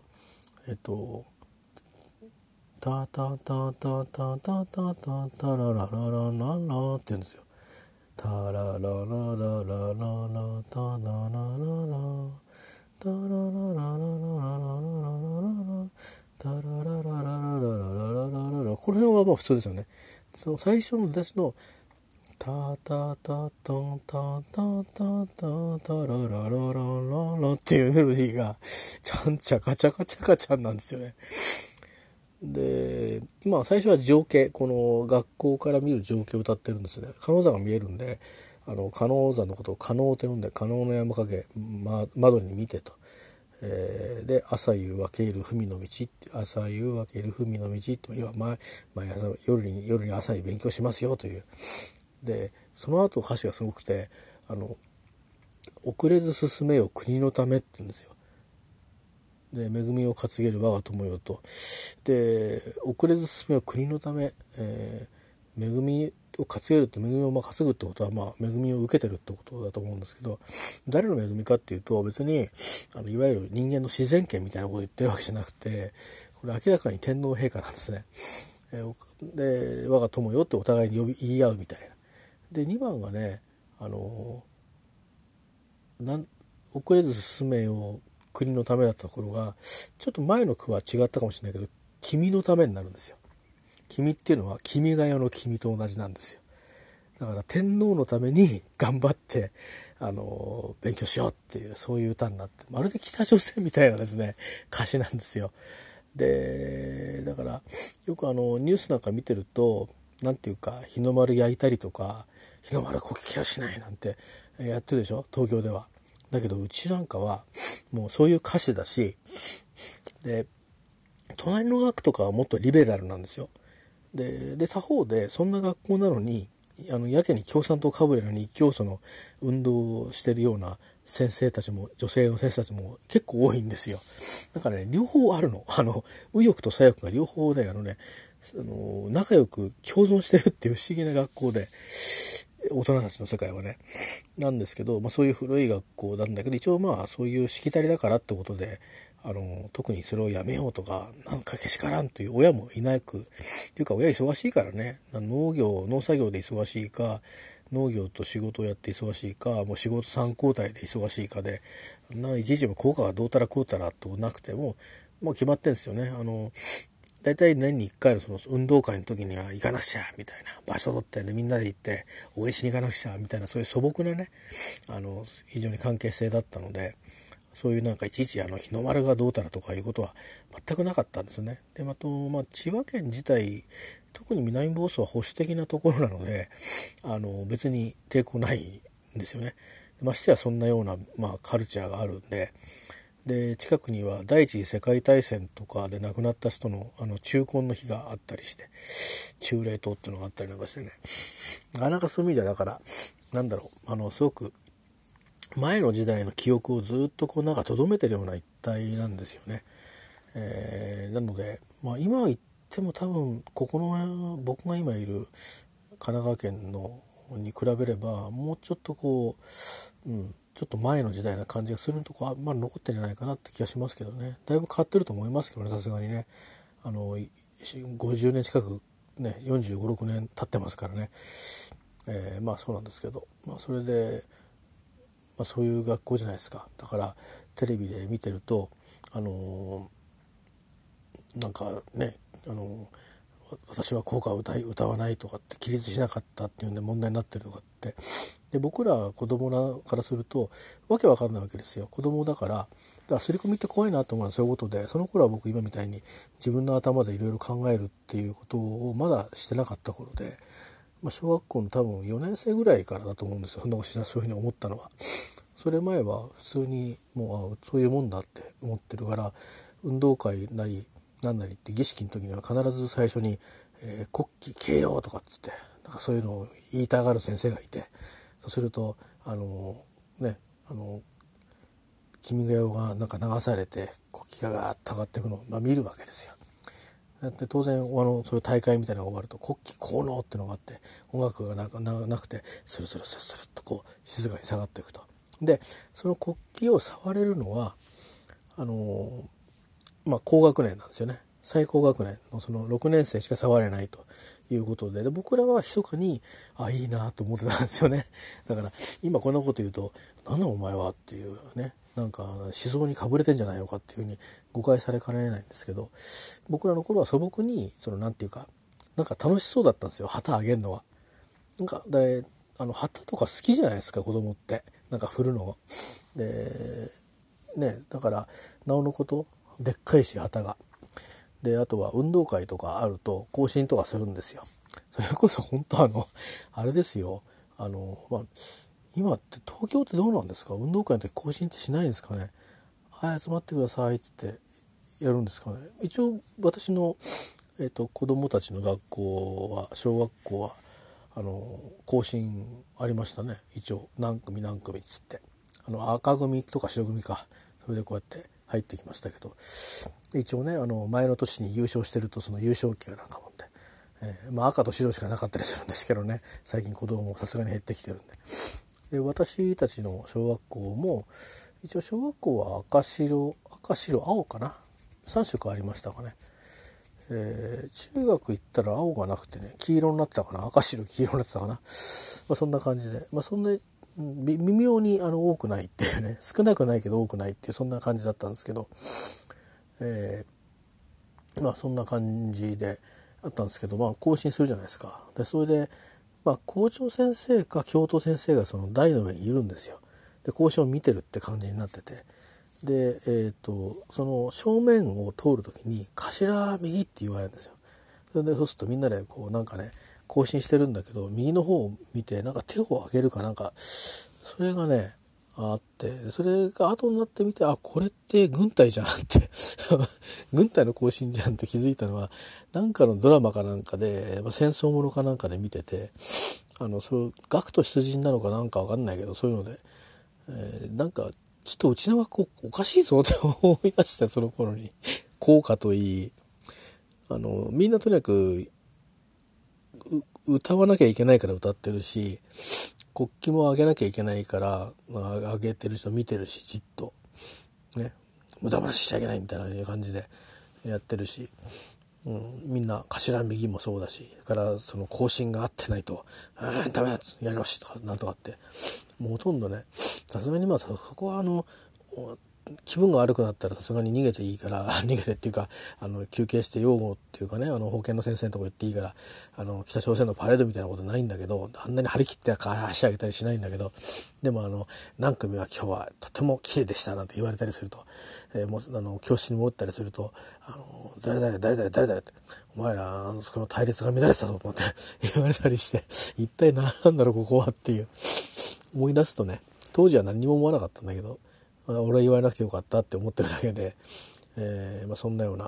タタタタタタタタタララララララって言うんですよ。タラララララララタララララタラララララララタララララララララ、この辺は普通ですよね。その最初の出しのタタタタタタタタタラララララっていうメロディーがちゃんちゃカチャカチャカチャンなんですよね。で最初は情景、この学校から見る情景を歌ってるんですね。鹿野座が見えるんで、鹿野座のことを鹿野と呼んで、鹿野の山影、窓に見てと、で朝夕分ける文の道って、朝夕分ける文の道って、要は毎朝夜に朝に勉強しますよという。でその後歌詞がすごくて、遅れず進めよ国のためって言うんですよ。で恵みを担げる我が友よと。で遅れず進めよ国のため、恵みを担げるって、恵みを担ぐってことは恵みを受けてるってことだと思うんですけど、誰の恵みかっていうと、別にいわゆる人間の自然権みたいなことを言ってるわけじゃなくて、これ明らかに天皇陛下なんですね。で我が友よってお互いに言い合うみたいな。で2番がね、遅れず進めよ国のためだったところが、ちょっと前の句は違ったかもしれないけど、君のためになるんですよ。君っていうのは君が代の君と同じなんですよ。だから天皇のために頑張って勉強しようっていう、そういう歌になって、まるで北朝鮮みたいなですね歌詞なんですよ。でだからよくニュースなんか見てると、なんていうか日の丸焼いたりとか、日の丸国旗はしないなんてやってるでしょ、東京では。だけどうちなんかはもうそういう歌詞だし、で隣の学とかはもっとリベラルなんですよ。で他方でそんな学校なのにやけに共産党かぶれの日教組の運動をしてるような先生たちも、女性の先生たちも結構多いんですよ。だからね、両方あるの。右翼と左翼が両方で仲良く共存してるっていう不思議な学校で、大人たちの世界はねなんですけど、そういう古い学校なんだけど、一応そういうしきたりだからってことで特にそれをやめようとかなんかけしからんという親もいなく、っていうか親忙しいからね、農作業で忙しいか農業と仕事をやって忙しいか、もう仕事3交代で忙しいかで、いちいちも効果がどうたらこうたらとなくても、もう決まってるんですよね。だいたい年に1回のその運動会の時には行かなくちゃみたいな、場所取ってみんなで行って応援しに行かなくちゃみたいな、そういう素朴なね非常に関係性だったので、そういうなんかいちいち日の丸がどうたらとかいうことは全くなかったんですよね。で千葉県自体、特に南房総は保守的なところなので別に抵抗ないんですよね。ましてやそんなような、カルチャーがあるんで、近くには第一次世界大戦とかで亡くなった人の中魂の日があったりして、中霊塔っていうのがあったりなんかしてね、なかなかそういう意味ではだからすごく前の時代の記憶をずっとなんか留めてるような一帯なんですよね。なので、今言っても多分ここの僕が今いる神奈川県のに比べればもうちょっとちょっと前の時代な感じがするとこは残ってんじゃないかなって気がしますけどね。だいぶ変わってると思いますけどね、さすがにね。50年近くね、45、6年経ってますからね。そうなんですけど、それで、そういう学校じゃないですか。だからテレビで見てるとなんかね私は校歌を歌わないとかって起立しなかったっていうんで問題になってるとかって、で僕ら子供からするとわけわかんないわけですよ。子供だから刷り込みって怖いなと思うのはそういうことで、その頃は僕今みたいに自分の頭でいろいろ考えるっていうことをまだしてなかった頃で、小学校の多分4年生ぐらいからだと思うんですよ。そういうふうに思ったのは。それ前は普通にもうそういうもんだって思ってるから、運動会なりなんなりって儀式の時には必ず最初に、国旗掲揚とかっつってなんかそういうのを言いたがる先生がいて、そうすると君が代がなんか流されて国旗がガーッと上がっていくのを、見るわけですよ。で当然そういう大会みたいなのが終わると国旗降納っていうのがあって、音楽がなくてスルスルスルスルっと静かに下がっていくと。でその国旗を触れるのは高学年なんですよね。最高学年のその6年生しか触れないということで、僕らは密かにいいなと思ってたんですよね。だから今こんなこと言うと何だお前はっていうね、なんか思想にかぶれてんじゃないのかっていうふうに誤解されかねないんですけど、僕らの頃は素朴になんていうかなんか楽しそうだったんですよ、旗あげるのは。なんかで旗とか好きじゃないですか、子供ってなんか振るのでね。だからなおのことでっかいし旗がで、あとは運動会とかあると行進とかするんですよ。それこそ本当あれですよ、今って東京ってどうなんですか、運動会の時行進ってしないんですかね。はい、集まってくださいってやるんですかね。一応私の、子供たちの学校は小学校は行進ありましたね。一応何組何組っつって赤組とか白組か、それでこうやって入ってきましたけど、一応ね前の年に優勝してるとその優勝旗がなんか持って、赤と白しかなかったりするんですけどね、最近子供もさすがに減ってきてるんで。私たちの小学校も一応小学校は赤白青かな、3色ありましたかね。中学行ったら青がなくてね、黄色になってたかな、赤白黄色になってたかな、そんな感じで、そんな微妙に多くないっていうね、少なくないけど多くないっていうそんな感じだったんですけど、そんな感じであったんですけど、行進するじゃないですか。でそれで校長先生か教頭先生がその台の上にいるんですよ。で行進を見てるって感じになってて、でその正面を通る時に頭右って言われるんですよ。それでそうするとみんなでなんかね行進してるんだけど、右の方を見てなんか手を挙げるかなんか、それがねあって、それが後になってみて、これって軍隊じゃんって軍隊の行進じゃんって気づいたのは、なんかのドラマかなんかで戦争ものかなんかで見てて、学徒出陣なのかなんかわかんないけど、そういうので、なんかちょっとうちの学校おかしいぞって思いました。その頃に校歌といいみんなとにかく歌わなきゃいけないから歌ってるし、国旗も上げなきゃいけないから上げてる人見てるし、じっとね無駄話しちゃいけないみたいな感じでやってるし、 みんな頭右もそうだし、からその更新が合ってないとダメだやりましとかなんとかってもうほとんどね、さすがにそこは気分が悪くなったらさすがに逃げていいから逃げてっていうか休憩して養護っていうかね保健の先生のとこ行っていいから北朝鮮のパレードみたいなことないんだけど、あんなに張り切って足上げたりしないんだけど、でも何組は今日はとても綺麗でしたなんて言われたりすると、もう教室に戻ったりすると誰々ってお前らその隊列が乱れてたぞと思って言われたりして、一体何だろうここはっていう思い出すとね、当時は何にも思わなかったんだけど、俺は言われなくてよかったって思ってるだけで、そんなような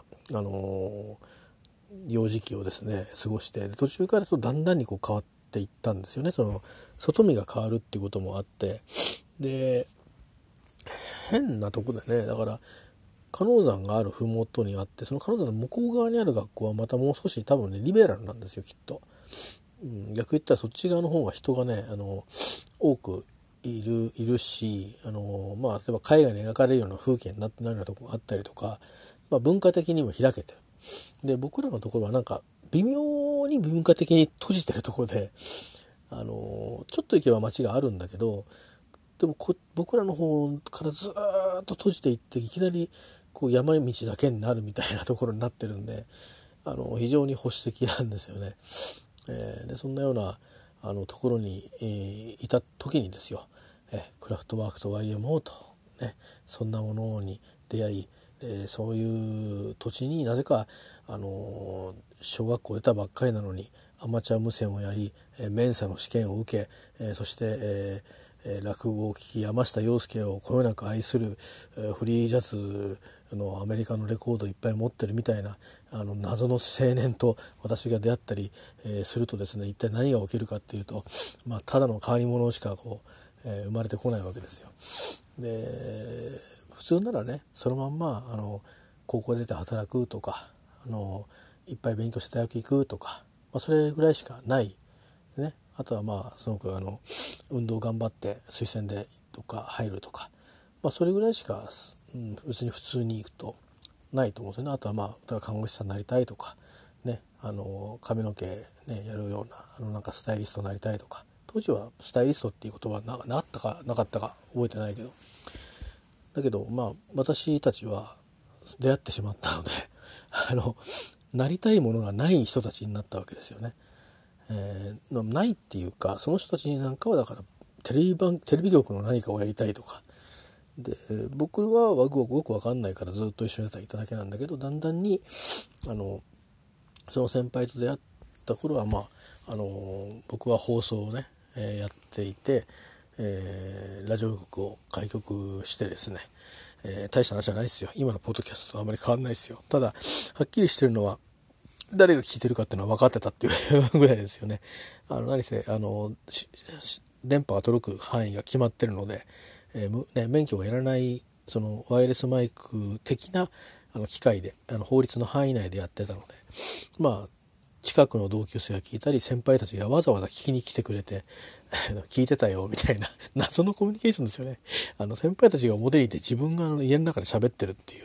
幼児期をですね過ごして、途中からだんだんに変わっていったんですよね。その外見が変わるっていうこともあって、で変なとこでね、だから鹿野山がある麓にあって、その鹿野山の向こう側にある学校はまたもう少し多分ねリベラルなんですよきっと。逆言ったらそっち側の方が人がね多くいるし、例えば海外に描かれるような風景になってないようなところがあったりとか、文化的にも開けてる。で僕らのところはなんか微妙に文化的に閉じてるところで、ちょっと行けば街があるんだけど、でも僕らの方からずっと閉じていって、いきなり山道だけになるみたいなところになってるんで、非常に保守的なんですよね。でそんなようなところに、いた時にですよ、クラフトワークと YMO と、ね、そんなものに出会い、そういう土地になぜか、小学校出たばっかりなのにアマチュア無線をやり、メンサの試験を受け、そして、落語を聴き山下洋輔をこよなく愛する、フリージャズのアメリカのレコードをいっぱい持ってるみたいな謎の青年と私が出会ったり、するとですね、一体何が起きるかっていうと、ただの変わり者しか生まれてこないわけですよ。で普通ならねそのまんま高校出て働くとかいっぱい勉強して大学行くとか、それぐらいしかないね。あとはすごく運動頑張って推薦でとか入るとか、それぐらいしか、別に普通に行くとないと思うんですよね。あとはだから看護師さんになりたいとかね、髪の毛ねやるようななんかスタイリストになりたいとか、当時はスタイリストっていう言葉なったかなかったか覚えてないけど、だけど私たちは出会ってしまったのでなりたいものがない人たちになったわけですよね。ないっていうか、その人たちなんかはだからテレビ局の何かをやりたいとかで、僕はよく分かんないからずっと一緒にいただけなんだけど、だんだんにその先輩と出会った頃は僕は放送をね、やっていて、ラジオ局を開局してですね、大した話じゃないですよ。今のポッドキャストとあまり変わんないですよ。ただはっきりしてるのは誰が聞いてるかっていうのは分かってたっていうぐらいですよね。何せ電波が届く範囲が決まってるので、免許がいらないそのワイヤレスマイク的な機械で法律の範囲内でやってたので、近くの同級生が聞いたり先輩たちがわざわざ聞きに来てくれて聞いてたよみたいな謎のコミュニケーションですよね。先輩たちが表にいて自分が家の中で喋ってるっていう、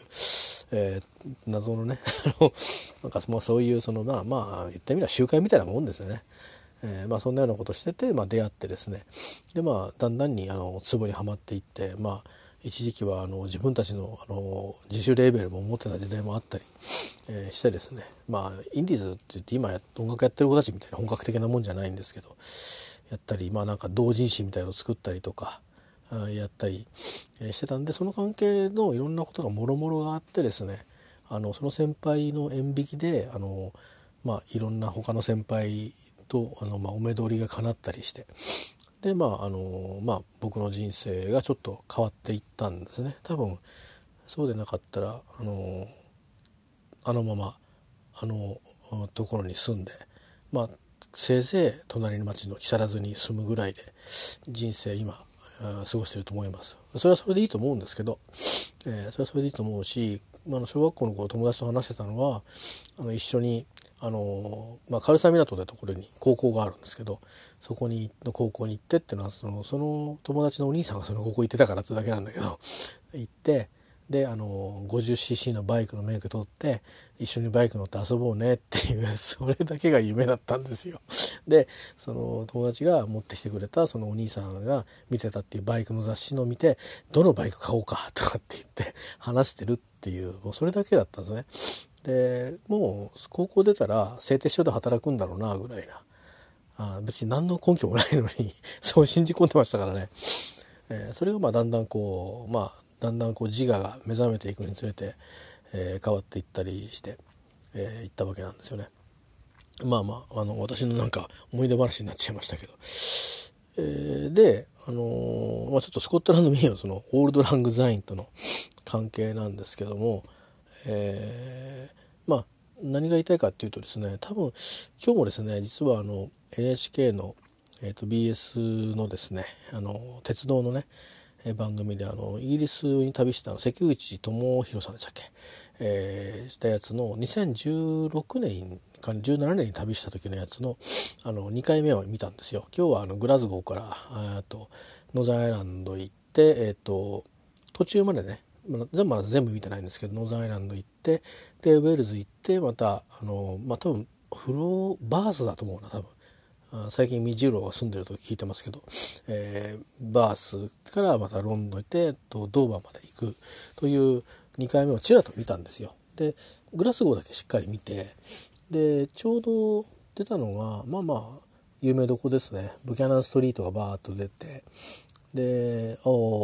謎のねなんかそういう言ってみれば集会みたいなもんですよね。そんなようなことしてて、出会ってですね、でだんだんにツボにはまっていって、一時期は自分たちの自主レーベルも持ってた時代もあったり、してですね、インディーズって言って今音楽やってる子たちみたいな本格的なもんじゃないんですけどやったり、なんか同人誌みたいのを作ったりとかやったりしてたんで、その関係のいろんなことがもろもろがあってですね、その先輩の縁引きでいろんな他の先輩とお目通りが叶ったりして、で僕の人生がちょっと変わっていったんですね。多分そうでなかったらままところに住んでせいぜい隣の町の木更津に住むぐらいで人生今過ごしていると思います。それはそれでいいと思うんですけど、それはそれでいいと思うし、小学校の頃友達と話してたのは一緒に軽井沢港というところに高校があるんですけど、そこの高校に行ってっていうのはその友達のお兄さんがその高校行ってたからってだけなんだけど行って、 で50cc のバイクの免許取って一緒にバイク乗って遊ぼうねっていうそれだけが夢だったんですよ。でその友達が持ってきてくれたそのお兄さんが見てたっていうバイクの雑誌のを見てどのバイク買おうかとかって言って話してるっていうもうそれだけだったんですね。でもう高校出たら製鉄所で働くんだろうなぐらいな別に何の根拠もないのにそう信じ込んでましたからね。それがだんだん自我が目覚めていくにつれて、変わっていったりして、いったわけなんですよね。私のなんか思い出話になっちゃいましたけど、でちょっとスコットランド民謡そのオールドラングザインとの関係なんですけども、何が言いたいかっていうとですね、多分今日もですね実はNHK のBS のですね鉄道のね番組でイギリスに旅した関口智弘さんでしたっけ、したやつの2016年か17年に旅した時のやつの2回目を見たんですよ。今日はグラスゴーからノーザンアイランド行って、途中までねまだ全部見てないんですけどノーザンアイランド行ってでウェールズ行ってまた多分バースだと思うな多分。最近ミジュロが住んでると聞いてますけど、バースからまたロンドン行ってドーバーまで行くという2回目をちらっと見たんですよ。でグラスゴーだけしっかり見てでちょうど出たのが有名どこですね。ブキャナンストリートがバーッと出てで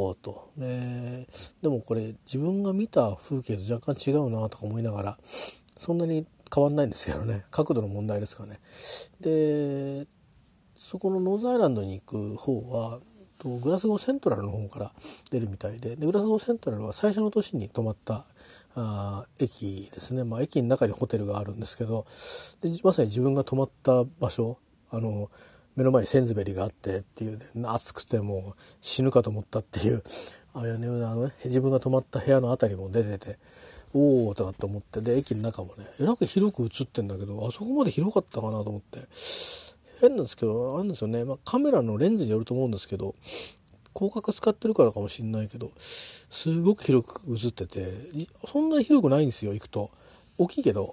でもこれ自分が見た風景と若干違うなとか思いながらそんなに変わんないんですけどね、角度の問題ですかね。でそこのノーザンアイランドに行く方はグラスゴーセントラルの方から出るみたいでグラスゴーセントラルは最初の年に泊まった駅ですね。駅の中にホテルがあるんですけどでまさに自分が泊まった場所目の前にセンズベリがあってっていう、ね、暑くてもう死ぬかと思ったっていう自分が泊まった部屋のあたりも出てておーとかって思ってで駅の中もねえらく広く映ってんだけどあそこまで広かったかなと思って変なんですけどあるんですよね。カメラのレンズによると思うんですけど広角使ってるからかもしれないけどすごく広く映っててそんなに広くないんですよ。行くと大きいけど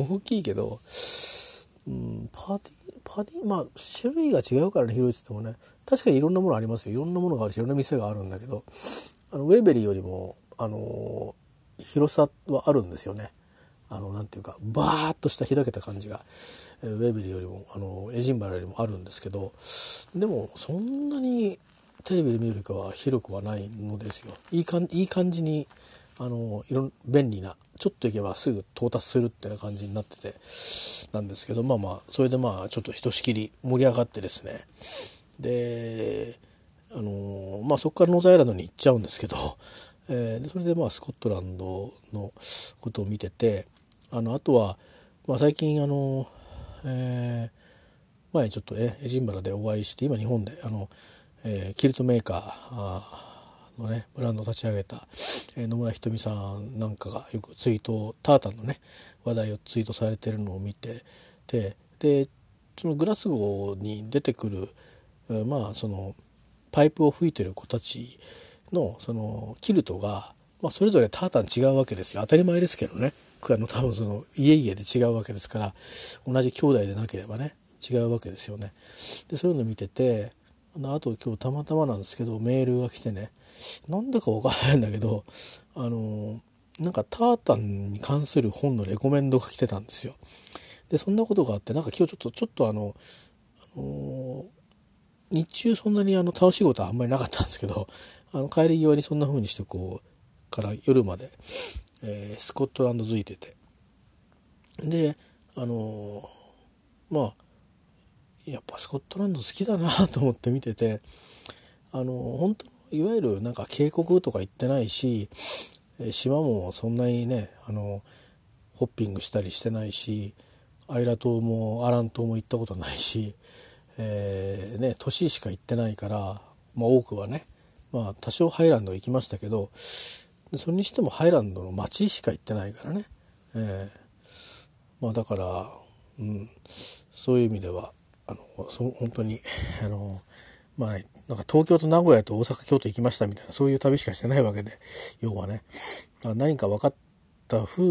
パディ種類が違うからね広いって言ってもね確かにいろんなものありますよ。いろんなものがあるしいろんな店があるんだけどウェーベリーよりも広さはあるんですよね。なんていうかバーッとした開けた感じがウェーベリーよりもエジンバラよりもあるんですけどでもそんなにテレビで見るよりかは広くはないのですよ。いい感じに便利なちょっと行けばすぐ到達するっていう感じになっててなんですけどそれでちょっとひとしきり盛り上がってですねでそこからノーザンアイランドに行っちゃうんですけど、それでスコットランドのことを見ててあとは、最近前ちょっとエジンバラでお会いして今日本でキルトメーカーのねブランドを立ち上げた、野村ひとみさんなんかがよくツイートタータンのね話題をツイートされてるのを見てでそのグラスゴーに出てくるそのパイプを吹いてる子たちのそのキルトが、それぞれタータン違うわけですよ。当たり前ですけどね多分その家で違うわけですから同じ兄弟でなければね違うわけですよね。でそういうの見ててあと今日たまたまなんですけどメールが来てねなんでかわからないんだけどなんかタータンに関する本のレコメンドが来てたんですよ。でそんなことがあって今日ちょっと日中そんなに楽しいことはあんまりなかったんですけど帰り際にそんな風にしてから夜まで、スコットランド付いててでやっぱスコットランド好きだなと思って見てて本当いわゆるなんか渓谷とか行ってないし島もそんなにねホッピングしたりしてないしアイラ島もアラン島も行ったことないし、都市しか行ってないから多くはね多少ハイランド行きましたけどそれにしてもハイランドの街しか行ってないからね、だから、そういう意味では本当にまあ、なんか東京と名古屋と大阪京都行きましたみたいなそういう旅しかしてないわけで、要はね何か分かった風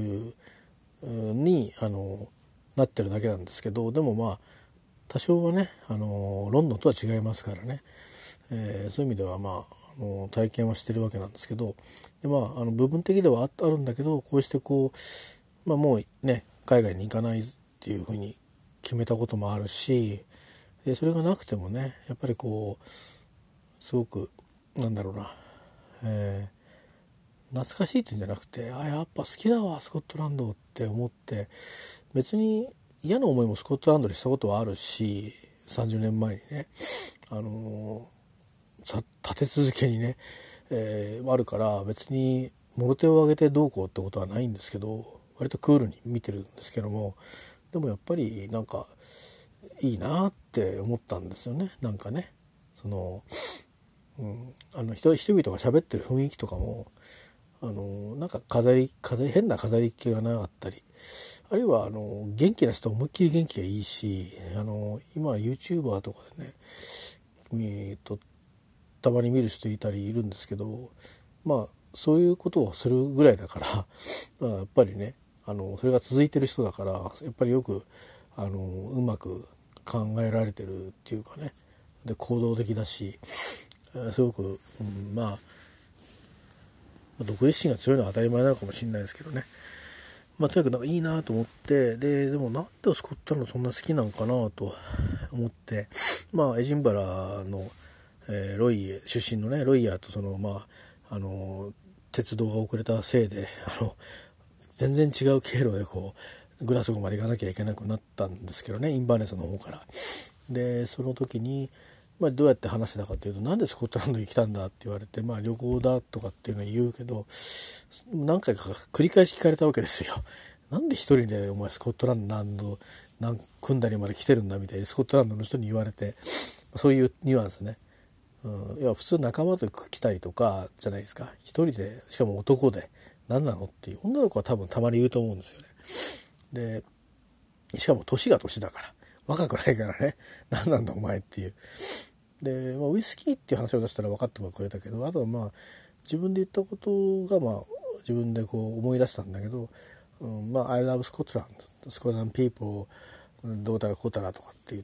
になってるだけなんですけど、でもまあ多少はねロンドンとは違いますからね、そういう意味ではまあ体験はしてるわけなんですけど、でまあ部分的ではあるんだけど、こうしてこう、もうね海外に行かないっていうふうに決めたこともあるし、でそれがなくてもねやっぱりこうすごくなんだろうな、懐かしいっていうんじゃなくて、やっぱ好きだわスコットランドって思って、別に嫌な思いもスコットランドにしたことはあるし、30年前にね立て続けにね、あるから別にもろ手を挙げてどうこうってことはないんですけど、割とクールに見てるんですけども、でもやっぱりなんかいいなって思ったんですよね。なんかねその、人々が喋ってる雰囲気とかもなんか変な飾り気がなかったり、あるいは元気な人思いっきり元気がいいし、今 YouTuber とかでねたまに見る人いたりいるんですけど、まあそういうことをするぐらいだからやっぱりねそれが続いてる人だからやっぱりよくうまく考えられてるっていうかね、で行動的だし、すごく、独立心が強いのは当たり前なのかもしれないですけどね、とにかくなんかいいなと思って、でもなんでスコットランドそんな好きなんかなと思って、エジンバラの、ロイエ出身のねロイヤーと鉄道が遅れたせいで全然違う経路でこうグラスゴーまで行かなきゃいけなくなったんですけどね、インバーネスの方から。でその時に、どうやって話したかというと、なんでスコットランドに来たんだって言われて、旅行だとかっていうのは言うけど、何回か繰り返し聞かれたわけですよ。なんで一人でお前スコットランド組んだりまで来てるんだみたいにスコットランドの人に言われて、そういうニュアンスね。いや普通仲間と来たりとかじゃないですか。一人でしかも男で何なのっていう、女の子は多分たまに言うと思うんですよね。でしかも年が年だから若くないからね、何なんだお前っていう。で、ウイスキーっていう話を出したら分かってくれたけど、あとは自分で言ったことが自分でこう思い出したんだけど、I love Scotland, Scotland people どうたらこうたらとかって言って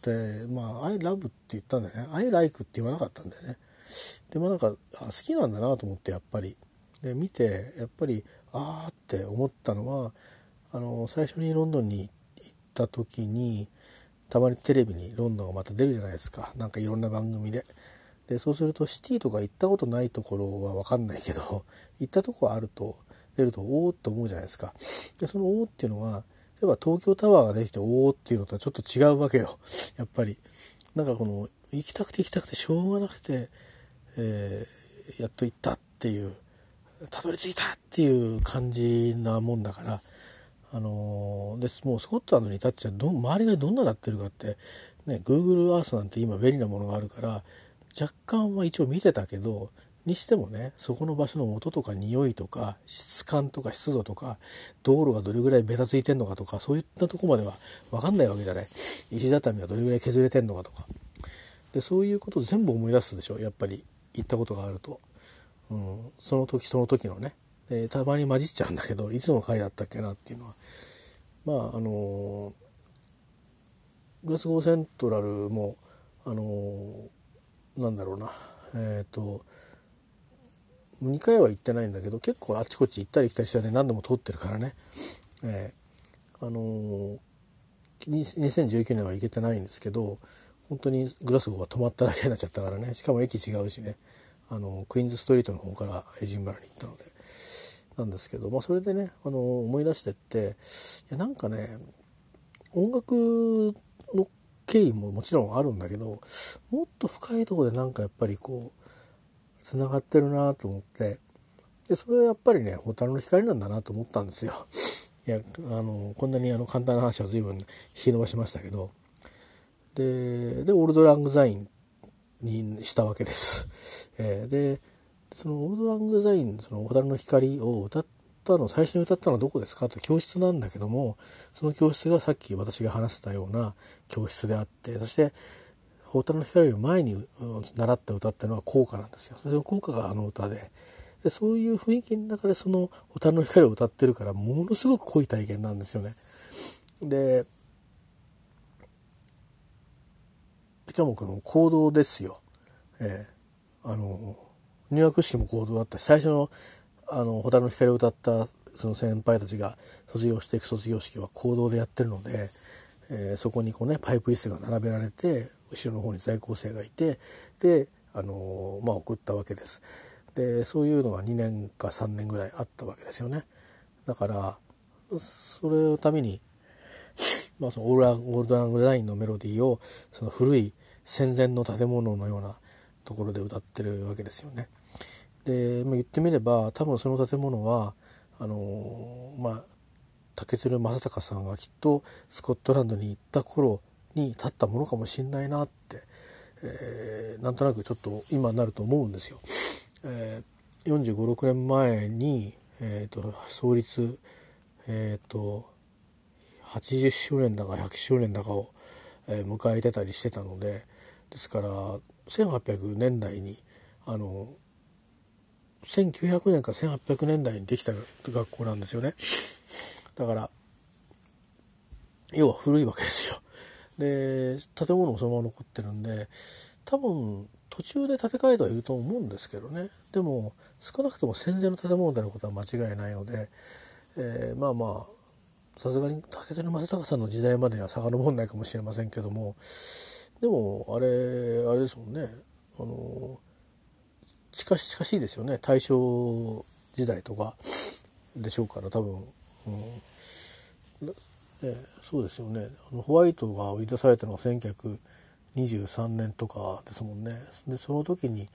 、I love って言ったんだよね。I like って言わなかったんだよね。でもなんか好きなんだなと思って、やっぱりで見てやっぱりって思ったのは、最初にロンドンに行った時にたまにテレビにロンドンがまた出るじゃないですか、なんかいろんな番組で。そうするとシティとか行ったことないところは分かんないけど、行ったとこあると出るとおーって思うじゃないですか。でそのおーっていうのは例えば東京タワーができておーっていうのとはちょっと違うわけよ。やっぱりなんかこの行きたくてしょうがなくて、やっと行ったっていう、たどり着いたっていう感じなもんだから、もうスコットランドに立っちゃ周りがどんななってるかってね、 Google Earth なんて今便利なものがあるから若干は一応見てたけど、にしてもね、そこの場所の音とか匂いとか質感とか湿度とか道路がどれぐらいベタついてんのかとか、そういったとこまでは分かんないわけじゃない。石畳がどれぐらい削れてんのかとかで、そういうことを全部思い出すでしょ、やっぱり行ったことがあると。その時のね、たまに混じっちゃうんだけど、いつの回だったっけなっていうのは、グラスゴーセントラルもなんだろうな、2回は行ってないんだけど、結構あちこち行ったり来たりして何度も通ってるからね、2019年は行けてないんですけど、本当にグラスゴーが止まっただけになっちゃったからね。しかも駅違うしね、クイーンズストリートの方からエジンバラに行ったのでなんですけど、それでね思い出してって、なんかね、音楽の経緯ももちろんあるんだけど、もっと深いところでなんかやっぱりこうつながってるなと思って、でそれはやっぱりね蛍の光なんだなと思ったんですよ。いやこんなに簡単な話は随分引き伸ばしましたけど、でオールドラングザインにしたわけです。でそのオールドラングザイン、その蛍の光を最初に歌ったのはどこですかって教室なんだけども、その教室がさっき私が話したような教室であって、そして蛍の光より前に習った歌っていうのは校歌なんですよ。その校歌があの歌で、そういう雰囲気の中でその蛍の光を歌ってるからものすごく濃い体験なんですよね。でしかもこの行動ですよ。入学式も行動だったし、最初の蛍の光を歌ったその先輩たちが卒業していく卒業式は行動でやってるので、そこにこうねパイプ椅子が並べられて、後ろの方に在校生がいて、で送ったわけです。でそういうのが2年か3年ぐらいあったわけですよね。だからそれのために、そのオールドラングラインのメロディーをその古い戦前の建物のようなところで歌ってるわけですよね。で、言ってみれば多分その建物は竹鶴正隆さんがきっとスコットランドに行った頃に建ったものかもしれないなって、なんとなくちょっと今になると思うんですよ。45、6年前に、創立、80周年だか100周年だかを、迎えてたりしてたので、ですから1800年代に1900年か1800年代にできた学校なんですよね。だから要は古いわけですよ。で建物もそのまま残ってるんで、多分途中で建て替えてはいると思うんですけどね。でも少なくとも戦前の建物であることは間違いないので、さすがに竹鶴正隆さんの時代までには遡んないかもしれませんけども、でもあれですもんね、近しいですよね。大正時代とかでしょうから多分、そうですよね。ホワイトが売り出されたのが1923年とかですもんね。でその時に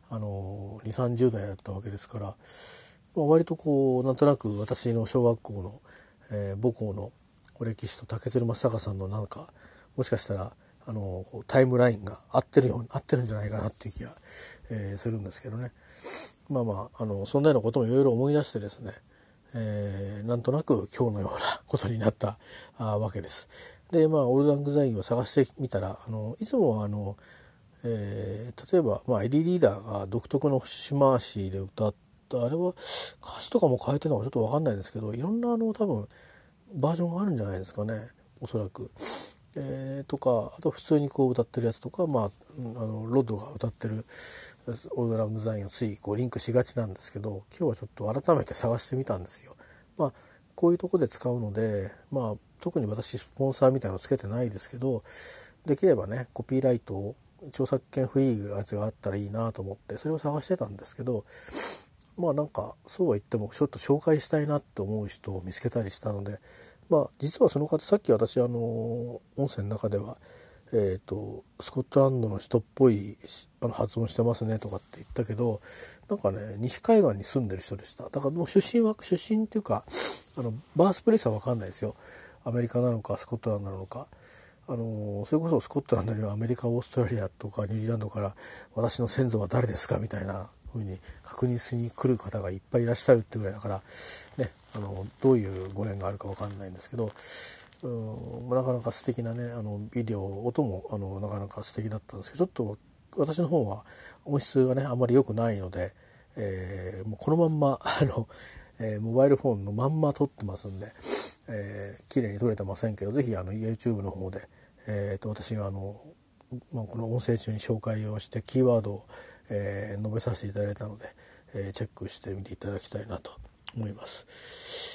2、30代だったわけですから、割とこうなんとなく私の小学校の、母校の歴史と竹鶴正隆さんのなんかもしかしたらタイムラインが合ってるんじゃないかなっていう気が、するんですけどね。そんなようなこともいろいろ思い出してですね、なんとなく今日のようなことになったわけです。でオールドラングザインを探してみたらいつもは例えば、エディ・リーダーが独特の節回しで歌ったあれは歌詞とかも変えてるのかちょっと分かんないんですけど、いろんな多分バージョンがあるんじゃないですかね、おそらく。とかあと普通にこう歌ってるやつとか、ロッドが歌ってるオールドラングザインをついリンクしがちなんですけど、今日はちょっと改めて探してみたんですよ。こういうとこで使うので、特に私スポンサーみたいなのつけてないですけど、できればねコピーライトを著作権フリーのやつがあったらいいなと思ってそれを探してたんですけど、なんかそうは言ってもちょっと紹介したいなって思う人を見つけたりしたので、実はその方さっき私音声の中では、スコットランドの人っぽい発音してますねとかって言ったけど、なんかね西海岸に住んでる人でした。だからもう出身っていうかバースプレイスは分かんないですよ。アメリカなのかスコットランドなのか。それこそスコットランドにはアメリカオーストラリアとかニュージーランドから私の先祖は誰ですかみたいな風に確認しに来る方がいっぱいいらっしゃるってぐらいだからね、どういうご縁があるか分かんないんですけど、なかなか素敵なねビデオ音もなかなか素敵だったんですけど、ちょっと私の方は音質がねあんまり良くないので、もうこのまんまモバイルフォンのまんま撮ってますんで、綺麗に撮れてませんけど、ぜひYouTube の方で、私がこの音声中に紹介をしてキーワードを、述べさせていただいたので、チェックしてみていただきたいなと思います。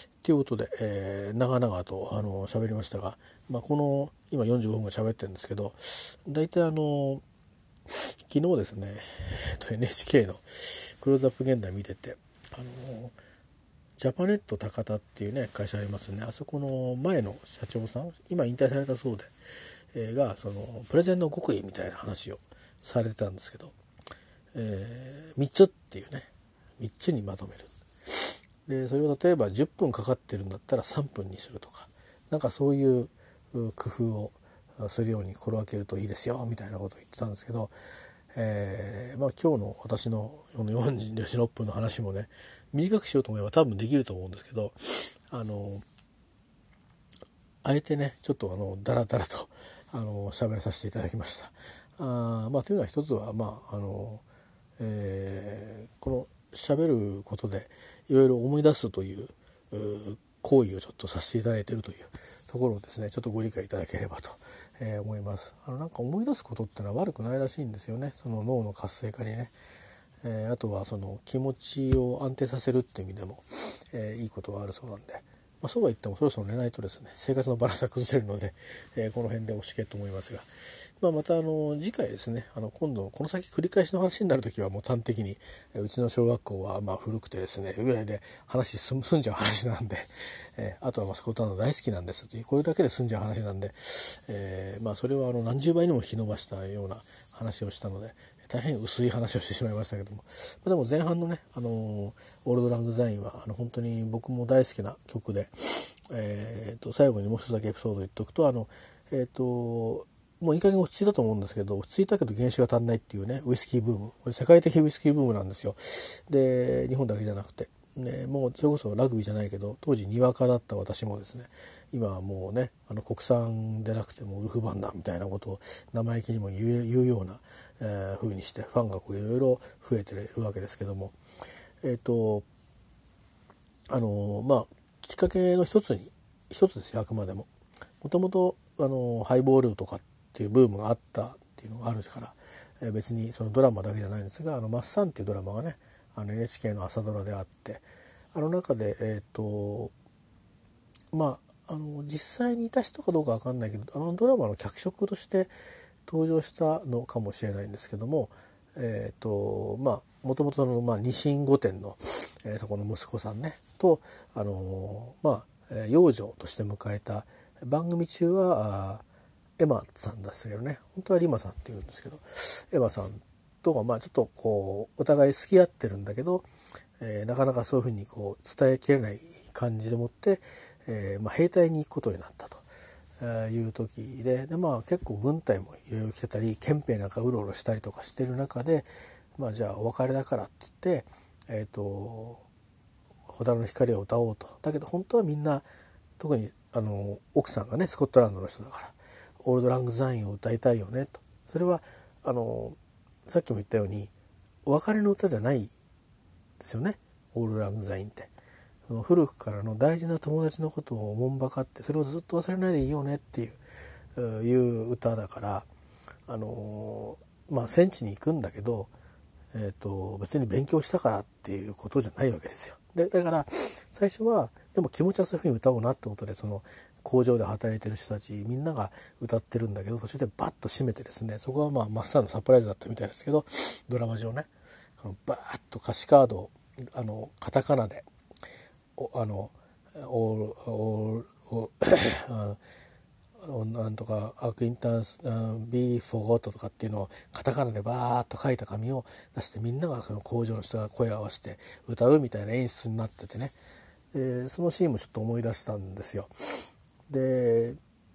ということで、長々と喋りましたが、この今45分が喋ってるんですけど、だいたい昨日ですね、NHK のクローズアップ現代見ててジャパネット高田っていうね会社ありますね。あそこの前の社長さん今引退されたそうで、がそのプレゼンの極意みたいな話をされてたんですけど、3つっていうね3つにまとめる。でそれを例えば10分かかってるんだったら3分にするとか、なんかそういう工夫をするように心がけるといいですよみたいなことを言ってたんですけど、今日の私の46分の話もね短くしようと思えば多分できると思うんですけど、あえてねちょっとダラダラと喋らさせていただきました。 というのは一つはこの喋ることでいろいろ思い出すという行為をちょっとさせていただいているというところをですねちょっとご理解いただければと、思います。なんか思い出すことってのは悪くないらしいんですよね、その脳の活性化にね。あとはその気持ちを安定させるっていう意味でも、いいことがあるそうなんで、そうは言ってもそろそろ寝ないとですね生活のバランスが崩れるので、この辺でおしけと思いますが、また次回ですね今度この先繰り返しの話になるときはもう端的にうちの小学校は古くてですねぐらいで話済んじゃう話なんで、あとは息子と大好きなんですというこれだけで済んじゃう話なんで、それは何十倍にも引き伸ばしたような話をしたので大変薄い話をしてしまいましたけども、でも前半のね、オールドラングザインは本当に僕も大好きな曲で、最後にもう一つだけエピソード言っておくともういい加減落ち着いたと思うんですけど、落ち着いたけど原酒が足んないっていうねウイスキーブーム、これ世界的ウイスキーブームなんですよ。で日本だけじゃなくて、もうそれこそラグビーじゃないけど当時にわかだった私もですね今はもうね国産でなくてもウルフバンダみたいなことを生意気にも言うような、風にしてファンがいろいろ増えてるわけですけども、きっかけの一つですよ。あくまでもともとハイボールとかっていうブームがあったっていうのがあるから、別にそのドラマだけじゃないんですがマッサンっていうドラマがねNHK の朝ドラであって、中で実際にいた人かどうか分かんないけどドラマの脚色として登場したのかもしれないんですけども、もともとのニシン御殿の、そこの息子さんねと養女として迎えた番組中はエマさんでしたけどね、本当はリマさんって言うんですけどエマさんとかちょっとお互い好き合ってるんだけど、なかなかそういうふうに伝えきれない感じでもって、兵隊に行くことになったという時で、結構軍隊もいろいろ来てたり憲兵なんかうろうろしたりとかしてる中で、じゃあお別れだからって言って「蛍の光」を歌おうと。だけど本当はみんな特に奥さんがねスコットランドの人だからオールドラングザインを歌いたいよねと。それはさっきも言ったようにお別れの歌じゃないですよね。オールドラングザインって古くからの大事な友達のことをおもんばかってそれをずっと忘れないでいいよねっていう歌だから戦地に行くんだけど、別に勉強したからっていうことじゃないわけですよ。だから最初はでも気持ちはそういうふうに歌おうなってことでその工場で働いてる人たちみんなが歌ってるんだけど途中でバッと締めてですね、そこはマッサンのサプライズだったみたいですけどドラマ上ねバーッと歌詞カードをカタカナでなんとかアクインタンスビーフォーゴットとかっていうのをカタカナでバーッと書いた紙を出してみんながその工場の人が声を合わせて歌うみたいな演出になっててね、そのシーンもちょっと思い出したんですよ。で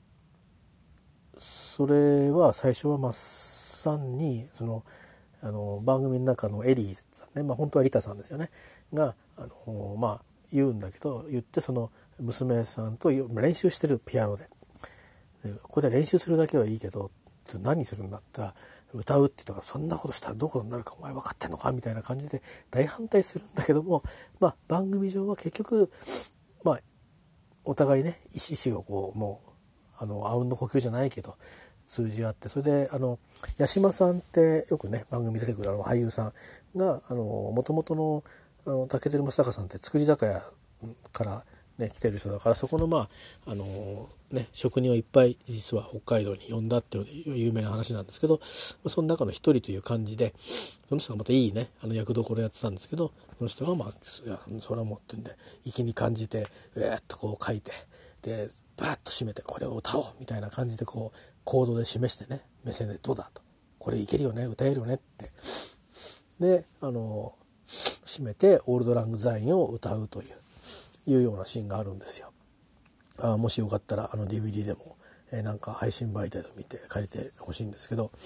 それは最初はマッサンに番組の中のエリーさんね、本当はリタさんですよねが言うんだけど言ってその娘さんと練習してるピアノでここで練習するだけはいいけど何するんだったら歌うって言ったからそんなことしたらどういうことになるかお前分かってんのかみたいな感じで大反対するんだけども、番組上は結局お互いね意思をもうあうんの呼吸じゃないけど通じ合って、それで八島さんってよくね番組に出てくる俳優さんがもともとの竹鶴正隆さんって造り酒屋からね来てる人だからそこの職人をいっぱい実は北海道に呼んだっていう有名な話なんですけど、その中の一人という感じでその人がまたいいね役どころやってたんですけど、その人がいやそれはもうってんで粋に感じて書いてでバーッと締めてこれを歌おうみたいな感じでコードで示してね目線でどうだとこれいけるよね歌えるよねってで締めてオールドラングザインを歌うというようなシーンがあるんですよ。もしよかったらDVD でも、なんか配信媒体で見て借りてほしいんですけど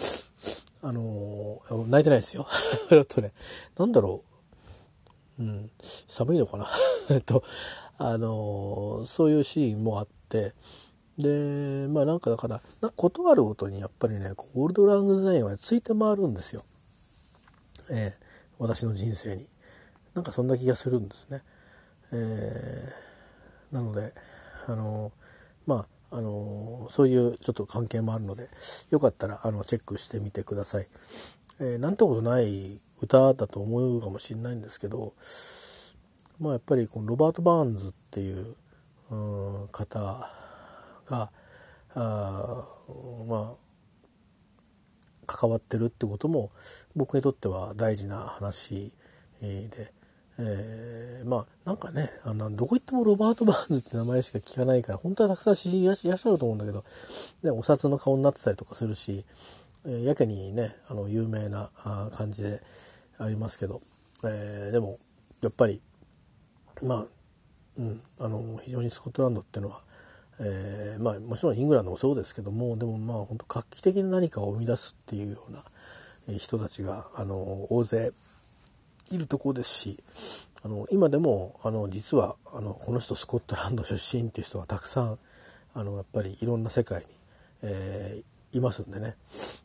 泣いてないですよなんだろう、寒いのかなそういうシーンもあってでなんかだからことあるごとにやっぱりねオールドラングザインはついて回るんですよ、私の人生になんかそんな気がするんですね。なのでそういうちょっと関係もあるのでよかったらチェックしてみてください。なんてことない歌だと思うかもしれないんですけど、やっぱりこのロバート・バーンズっていう、方が関わってるってことも僕にとっては大事な話で、なんかねどこ行ってもロバート・バーンズって名前しか聞かないから本当はたくさん知りいらっしゃると思うんだけど、お札の顔になってたりとかするし、やけにね有名な感じでありますけど、でもやっぱり非常にスコットランドっていうのは、もちろんイングランドもそうですけども、でも本当画期的な何かを生み出すっていうような人たちが大勢いるところですし、今でも実はこの人スコットランド出身っていう人がたくさんやっぱりいろんな世界に、いますんでね、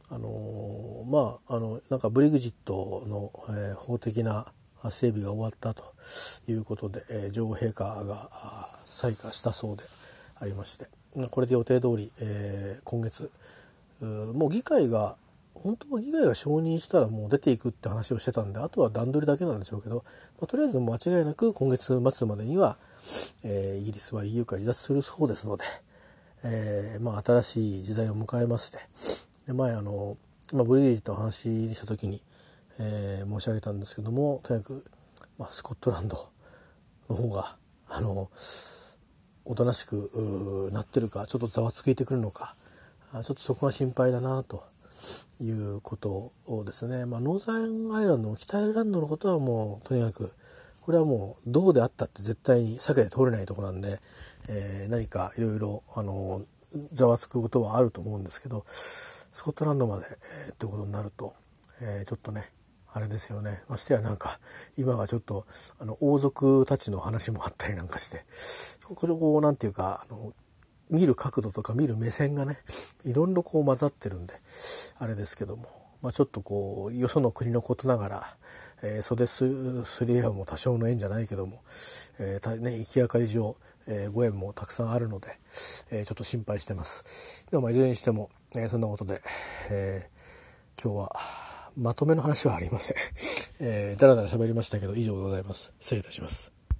なんかブレグジットの、法的な整備が終わったということで、女王陛下が採火したそうでありまして、これで予定通り、今月もう本当は議会が承認したらもう出ていくって話をしてたんで、あとは段取りだけなんでしょうけど、とりあえず間違いなく今月末までには、イギリスは EU から離脱するそうですので、新しい時代を迎えまして、で前ブレグジットの話にした時に、申し上げたんですけども、とにかく、スコットランドの方がおとなしくなってるか、ちょっとざわついてくるのか、ちょっとそこが心配だなということをですね、ノーザンアイランドの北アイルランドのことはもうとにかくこれはもうどうであったって絶対に避けて通れないところなんで、何かいろいろざわつくことはあると思うんですけど、スコットランドまで、ってことになると、ちょっとねあれですよね。ましてやなんか今はちょっと王族たちの話もあったりなんかして、こうなんていうか見る角度とか見る目線がねいろいろこう混ざってるんであれですけども、ちょっとこうよその国のことながら、袖すり合うも多少の縁じゃないけども、行き当たり上、ご縁もたくさんあるので、ちょっと心配してます。でもいずれにしても、そんなことで、今日はまとめの話はありません。だらだら喋りましたけど以上でございます。失礼いたします。